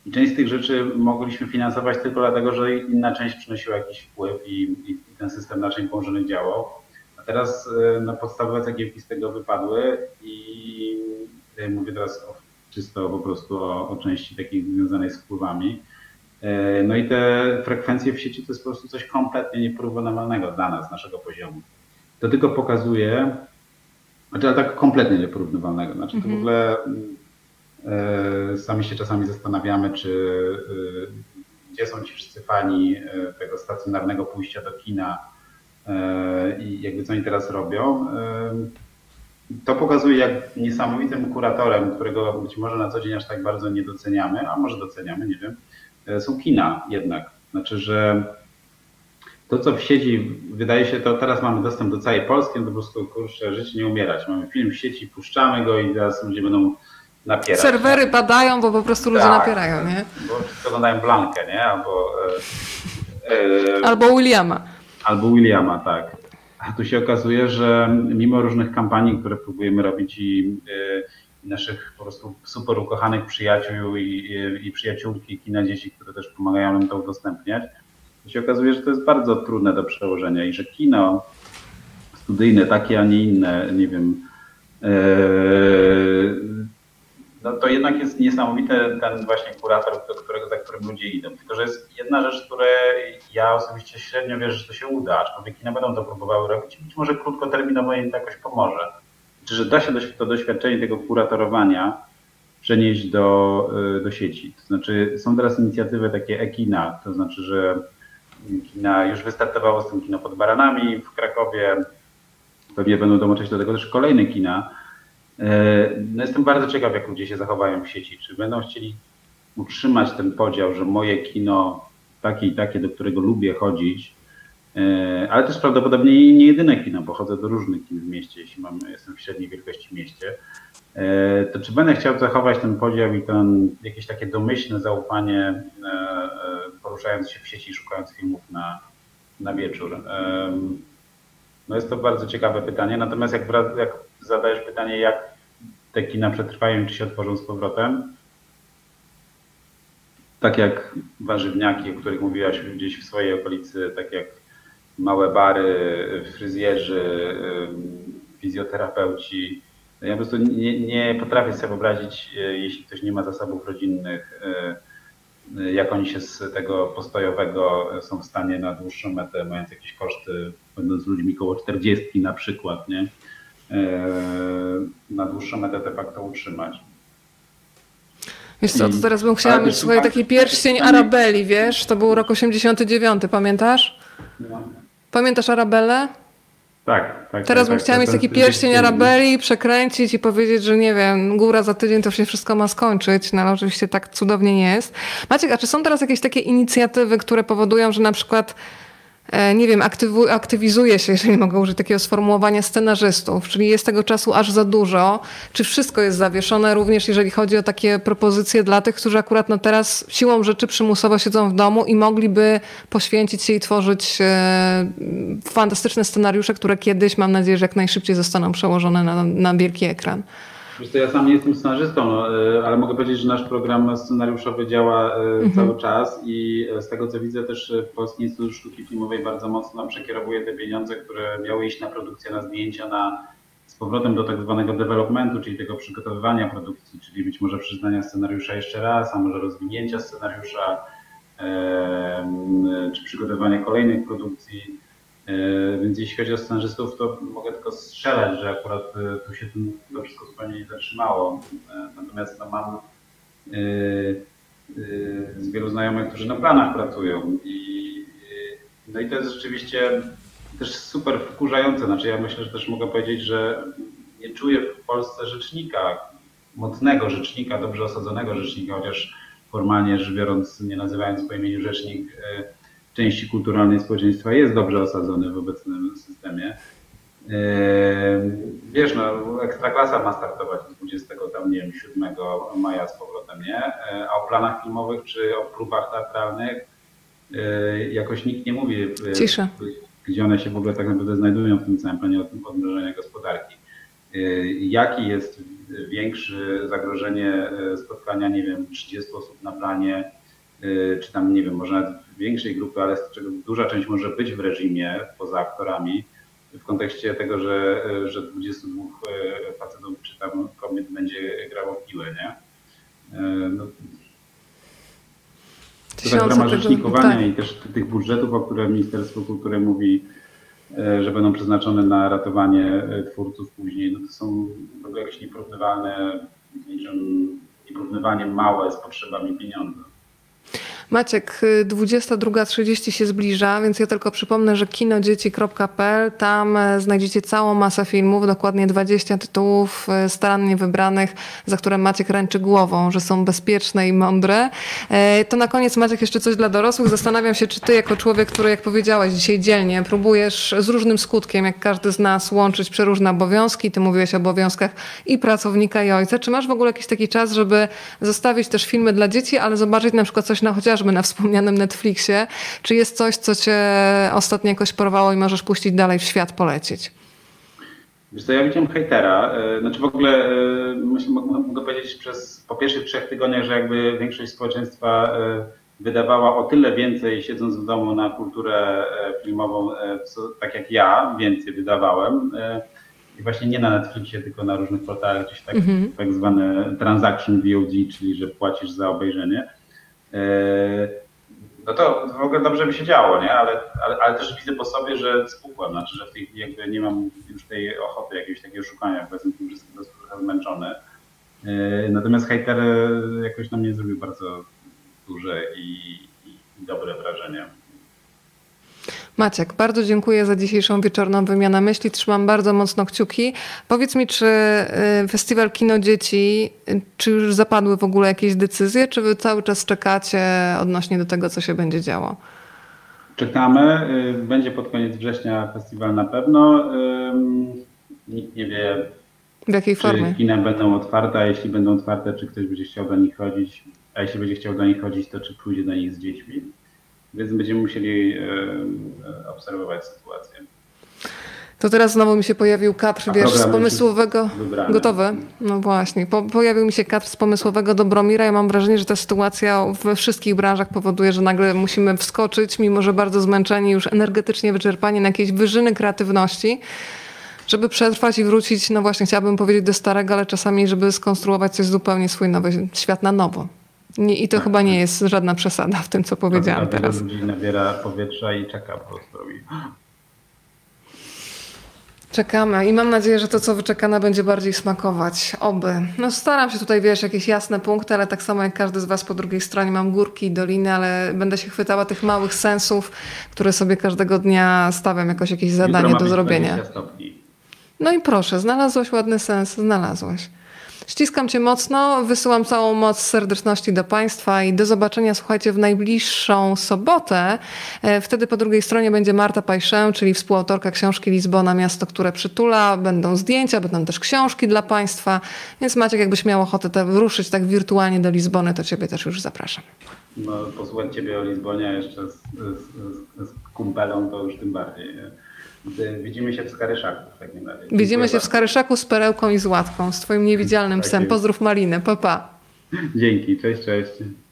Speaker 2: I część z tych rzeczy mogliśmy finansować tylko dlatego, że inna część przynosiła jakiś wpływ i, i ten system naczyń połączonych działał. A teraz no, podstawowe cegiełki z tego wypadły i ja mówię teraz o, czysto po prostu o, o części takiej związanej z wpływami. No i te frekwencje w sieci to jest po prostu coś kompletnie nieporównywalnego dla nas, naszego poziomu. To tylko pokazuje, znaczy ale tak kompletnie nieporównywalnego. Znaczy to w ogóle e, sami się czasami zastanawiamy, czy e, gdzie są ci wszyscy fani e, tego stacjonarnego pójścia do kina e, i jakby co oni teraz robią. E, to pokazuje, jak niesamowitym kuratorem, którego być może na co dzień aż tak bardzo nie doceniamy, a może doceniamy, nie wiem, są kina jednak. Znaczy, że to, co w sieci, wydaje się, to teraz mamy dostęp do całej Polski, no to po prostu, kurczę, żyć nie umierać. Mamy film w sieci, puszczamy go i teraz ludzie będą napierać.
Speaker 1: Serwery
Speaker 2: nie?
Speaker 1: padają, bo po prostu ludzie
Speaker 2: tak,
Speaker 1: napierają, nie?
Speaker 2: Bo wszyscy oglądają Blankę, nie? Albo,
Speaker 1: e, e, albo Williama.
Speaker 2: Albo Williama, tak. A tu się okazuje, że mimo różnych kampanii, które próbujemy robić i e, naszych po prostu super ukochanych przyjaciół i, i, i przyjaciółki kina dzieci, które też pomagają nam to udostępniać, to się okazuje, że to jest bardzo trudne do przełożenia i że kino studyjne, takie, a nie inne, nie wiem, yy, no to jednak jest niesamowity ten właśnie kurator, do którego, za którym ludzie idą. Tylko, że jest jedna rzecz, której ja osobiście średnio wierzę, że to się uda, aczkolwiek kina będą to próbowały robić i być może krótkoterminowo im to jakoś pomoże. Czy że da się to doświadczenie tego kuratorowania przenieść do, do sieci. To znaczy są teraz inicjatywy takie e-kina, to znaczy, że kina już wystartowało z tym kino pod Baranami w Krakowie, pewnie będą dołączać do tego też kolejne kina. No jestem bardzo ciekaw, jak ludzie się zachowają w sieci. Czy będą chcieli utrzymać ten podział, że moje kino takie i takie, do którego lubię chodzić, ale też prawdopodobnie nie jedyne kino, bo chodzę do różnych kin w mieście, jeśli mam, jestem w średniej wielkości mieście, to czy będę chciał zachować ten podział i ten jakieś takie domyślne zaufanie, poruszając się w sieci, szukając filmów na, na wieczór? No jest to bardzo ciekawe pytanie, natomiast jak, jak zadajesz pytanie, jak te kina przetrwają i czy się otworzą z powrotem, tak jak warzywniaki, o których mówiłaś gdzieś w swojej okolicy, tak jak małe bary, fryzjerzy, fizjoterapeuci. Ja po prostu nie, nie potrafię sobie wyobrazić, jeśli ktoś nie ma zasobów rodzinnych, jak oni się z tego postojowego są w stanie na dłuższą metę, mając jakieś koszty, będąc z ludźmi koło czterdziestki na przykład, nie? Na dłuższą metę de facto utrzymać.
Speaker 1: Wiesz co, to teraz bym chciała mieć swój taki pierścień Arabeli, wiesz? To był rok osiemdziesiąty dziewiąty, pamiętasz?
Speaker 2: No.
Speaker 1: Pamiętasz Arabelę?
Speaker 2: Tak, tak.
Speaker 1: Teraz
Speaker 2: tak,
Speaker 1: bym
Speaker 2: tak,
Speaker 1: chciała mieć taki pierścień Arabeli, przekręcić i powiedzieć, że nie wiem, góra za tydzień to się wszystko ma skończyć, no ale oczywiście tak cudownie nie jest. Maciek, a czy są teraz jakieś takie inicjatywy, które powodują, że na przykład nie wiem, aktywu, aktywizuje się, jeżeli mogę użyć takiego sformułowania, scenarzystów, czyli jest tego czasu aż za dużo. Czy wszystko jest zawieszone również, jeżeli chodzi o takie propozycje dla tych, którzy akurat no teraz siłą rzeczy przymusowo siedzą w domu i mogliby poświęcić się i tworzyć e, fantastyczne scenariusze, które kiedyś, mam nadzieję, że jak najszybciej zostaną przełożone na, na wielki ekran?
Speaker 2: Wiesz co, ja sam nie jestem scenarzystą, no, ale mogę powiedzieć, że nasz program scenariuszowy działa mhm. cały czas i z tego co widzę też Polski Instytut Sztuki Filmowej bardzo mocno przekierowuje te pieniądze, które miały iść na produkcję, na zdjęcia, na z powrotem do tak zwanego developmentu, czyli tego przygotowywania produkcji, czyli być może przeczytania scenariusza jeszcze raz, a może rozwinięcia scenariusza, e, czy przygotowania kolejnych produkcji. Więc jeśli chodzi o scenarzystów, to mogę tylko strzelać, że akurat tu się to wszystko zupełnie nie zatrzymało. Natomiast no, mam yy, yy, z wielu znajomych, którzy na planach pracują i, yy, no i to jest rzeczywiście też super wkurzające. Znaczy ja myślę, że też mogę powiedzieć, że nie czuję w Polsce rzecznika, mocnego rzecznika, dobrze osadzonego rzecznika, chociaż formalnie rzecz biorąc, nie nazywając po imieniu rzecznik, yy, części kulturalnej społeczeństwa jest dobrze osadzony w obecnym systemie. Wiesz, no, Ekstraklasa ma startować dwudziestego siódmego maja z powrotem, nie? A o planach filmowych czy o próbach teatralnych jakoś nikt nie mówi,
Speaker 1: Cisza.
Speaker 2: Gdzie one się w ogóle tak naprawdę znajdują w tym całym planie odmrożenia gospodarki. Jaki jest większe zagrożenie spotkania, nie wiem, trzydziestu osób na planie, czy tam, nie wiem, może nawet większej grupy, ale z czego duża część może być w reżimie poza aktorami, w kontekście tego, że, że dwudziestu dwóch facetów czy tam kobiet będzie grało w piłę, nie? No, to tak w ramach rzecznikowania tak. I też tych budżetów, o których Ministerstwo Kultury mówi, że będą przeznaczone na ratowanie twórców później, no to są w ogóle jakieś nieporównywalne, nieporównywalnie małe z potrzebami pieniądze.
Speaker 1: Maciek, dwudziesta druga trzydzieści się zbliża, więc ja tylko przypomnę, że kinodzieci kropka p l, tam znajdziecie całą masę filmów, dokładnie dwadzieścia tytułów starannie wybranych, za które Maciek ręczy głową, że są bezpieczne i mądre. To na koniec, Maciek, jeszcze coś dla dorosłych. Zastanawiam się, czy ty jako człowiek, który, jak powiedziałeś dzisiaj dzielnie, próbujesz z różnym skutkiem, jak każdy z nas, łączyć przeróżne obowiązki. Ty mówiłeś o obowiązkach i pracownika, i ojca. Czy masz w ogóle jakiś taki czas, żeby zostawić też filmy dla dzieci, ale zobaczyć na przykład coś na chociaż na wspomnianym Netflixie, czy jest coś, co cię ostatnio jakoś porwało i możesz puścić dalej w świat, polecić?
Speaker 2: Wiesz co, ja widziałem hejtera, znaczy w ogóle mogę powiedzieć przez po pierwszych trzech tygodniach, że jakby większość społeczeństwa wydawała o tyle więcej, siedząc w domu, na kulturę filmową, co, tak jak ja, więcej wydawałem. I właśnie nie na Netflixie, tylko na różnych portalach, gdzieś tak, mm-hmm. tak zwane transaction V O D, czyli że płacisz za obejrzenie. No to w ogóle dobrze by się działo, nie? Ale, ale, ale też widzę po sobie, że spukłem, znaczy, że w tej chwili jakby nie mam już tej ochoty jakiegoś takiego szukania, bo jestem tym wszystkim trochę zmęczony. Natomiast hejter jakoś na mnie zrobił bardzo duże i, i, i dobre wrażenie.
Speaker 1: Maciek, bardzo dziękuję za dzisiejszą wieczorną wymianę myśli. Trzymam bardzo mocno kciuki. Powiedz mi, czy Festiwal Kino Dzieci, czy już zapadły w ogóle jakieś decyzje, czy wy cały czas czekacie odnośnie do tego, co się będzie działo?
Speaker 2: Czekamy. Będzie pod koniec września festiwal na pewno. Nikt nie wie,
Speaker 1: w jakiej
Speaker 2: czy
Speaker 1: formie
Speaker 2: kina będą otwarte, a jeśli będą otwarte, czy ktoś będzie chciał do nich chodzić, a jeśli będzie chciał do nich chodzić, to czy pójdzie do nich z dziećmi. Więc będziemy musieli e, obserwować sytuację.
Speaker 1: To teraz znowu mi się pojawił kadr, wiesz, z pomysłowego...
Speaker 2: Wybrany.
Speaker 1: Gotowy? No właśnie. Po, pojawił mi się kadr z pomysłowego Dobromira. Ja mam wrażenie, że ta sytuacja we wszystkich branżach powoduje, że nagle musimy wskoczyć, mimo że bardzo zmęczeni, już energetycznie wyczerpani, na jakieś wyżyny kreatywności, żeby przetrwać i wrócić, no właśnie, chciałabym powiedzieć do starego, ale czasami, żeby skonstruować coś zupełnie swój nowy świat na nowo. Nie, I to tak, chyba nie jest żadna przesada w tym, co powiedziałam
Speaker 2: to,
Speaker 1: teraz.
Speaker 2: Ludzi nabiera powietrza i czeka po prostu.
Speaker 1: Czekamy i mam nadzieję, że to, co wyczekane, będzie bardziej smakować. Oby. No staram się tutaj, wiesz, jakieś jasne punkty, ale tak samo jak każdy z was po drugiej stronie mam górki i doliny, ale będę się chwytała tych małych sensów, które sobie każdego dnia stawiam, jakoś jakieś zadanie do zrobienia. No i proszę, znalazłaś ładny sens, znalazłaś. Ściskam cię mocno, wysyłam całą moc serdeczności do państwa i do zobaczenia, słuchajcie, w najbliższą sobotę. Wtedy po drugiej stronie będzie Marta Pajszę, czyli współautorka książki Lizbona, miasto, które przytula. Będą zdjęcia, będą też książki dla państwa, więc Maciek, jakbyś miał ochotę te, ruszyć tak wirtualnie do Lizbony, to ciebie też już zapraszam.
Speaker 2: No, posłuchać ciebie o Lizbonie jeszcze z, z, z kumpelą, to już tym bardziej. Widzimy się w Skaryszaku w takim razie.
Speaker 1: Widzimy Dziękuję się bardzo. w Skaryszaku z Perełką i z Łatką, z twoim niewidzialnym
Speaker 2: tak
Speaker 1: psem.
Speaker 2: Jest.
Speaker 1: Pozdrów Malinę, pa pa.
Speaker 2: Dzięki, cześć, cześć.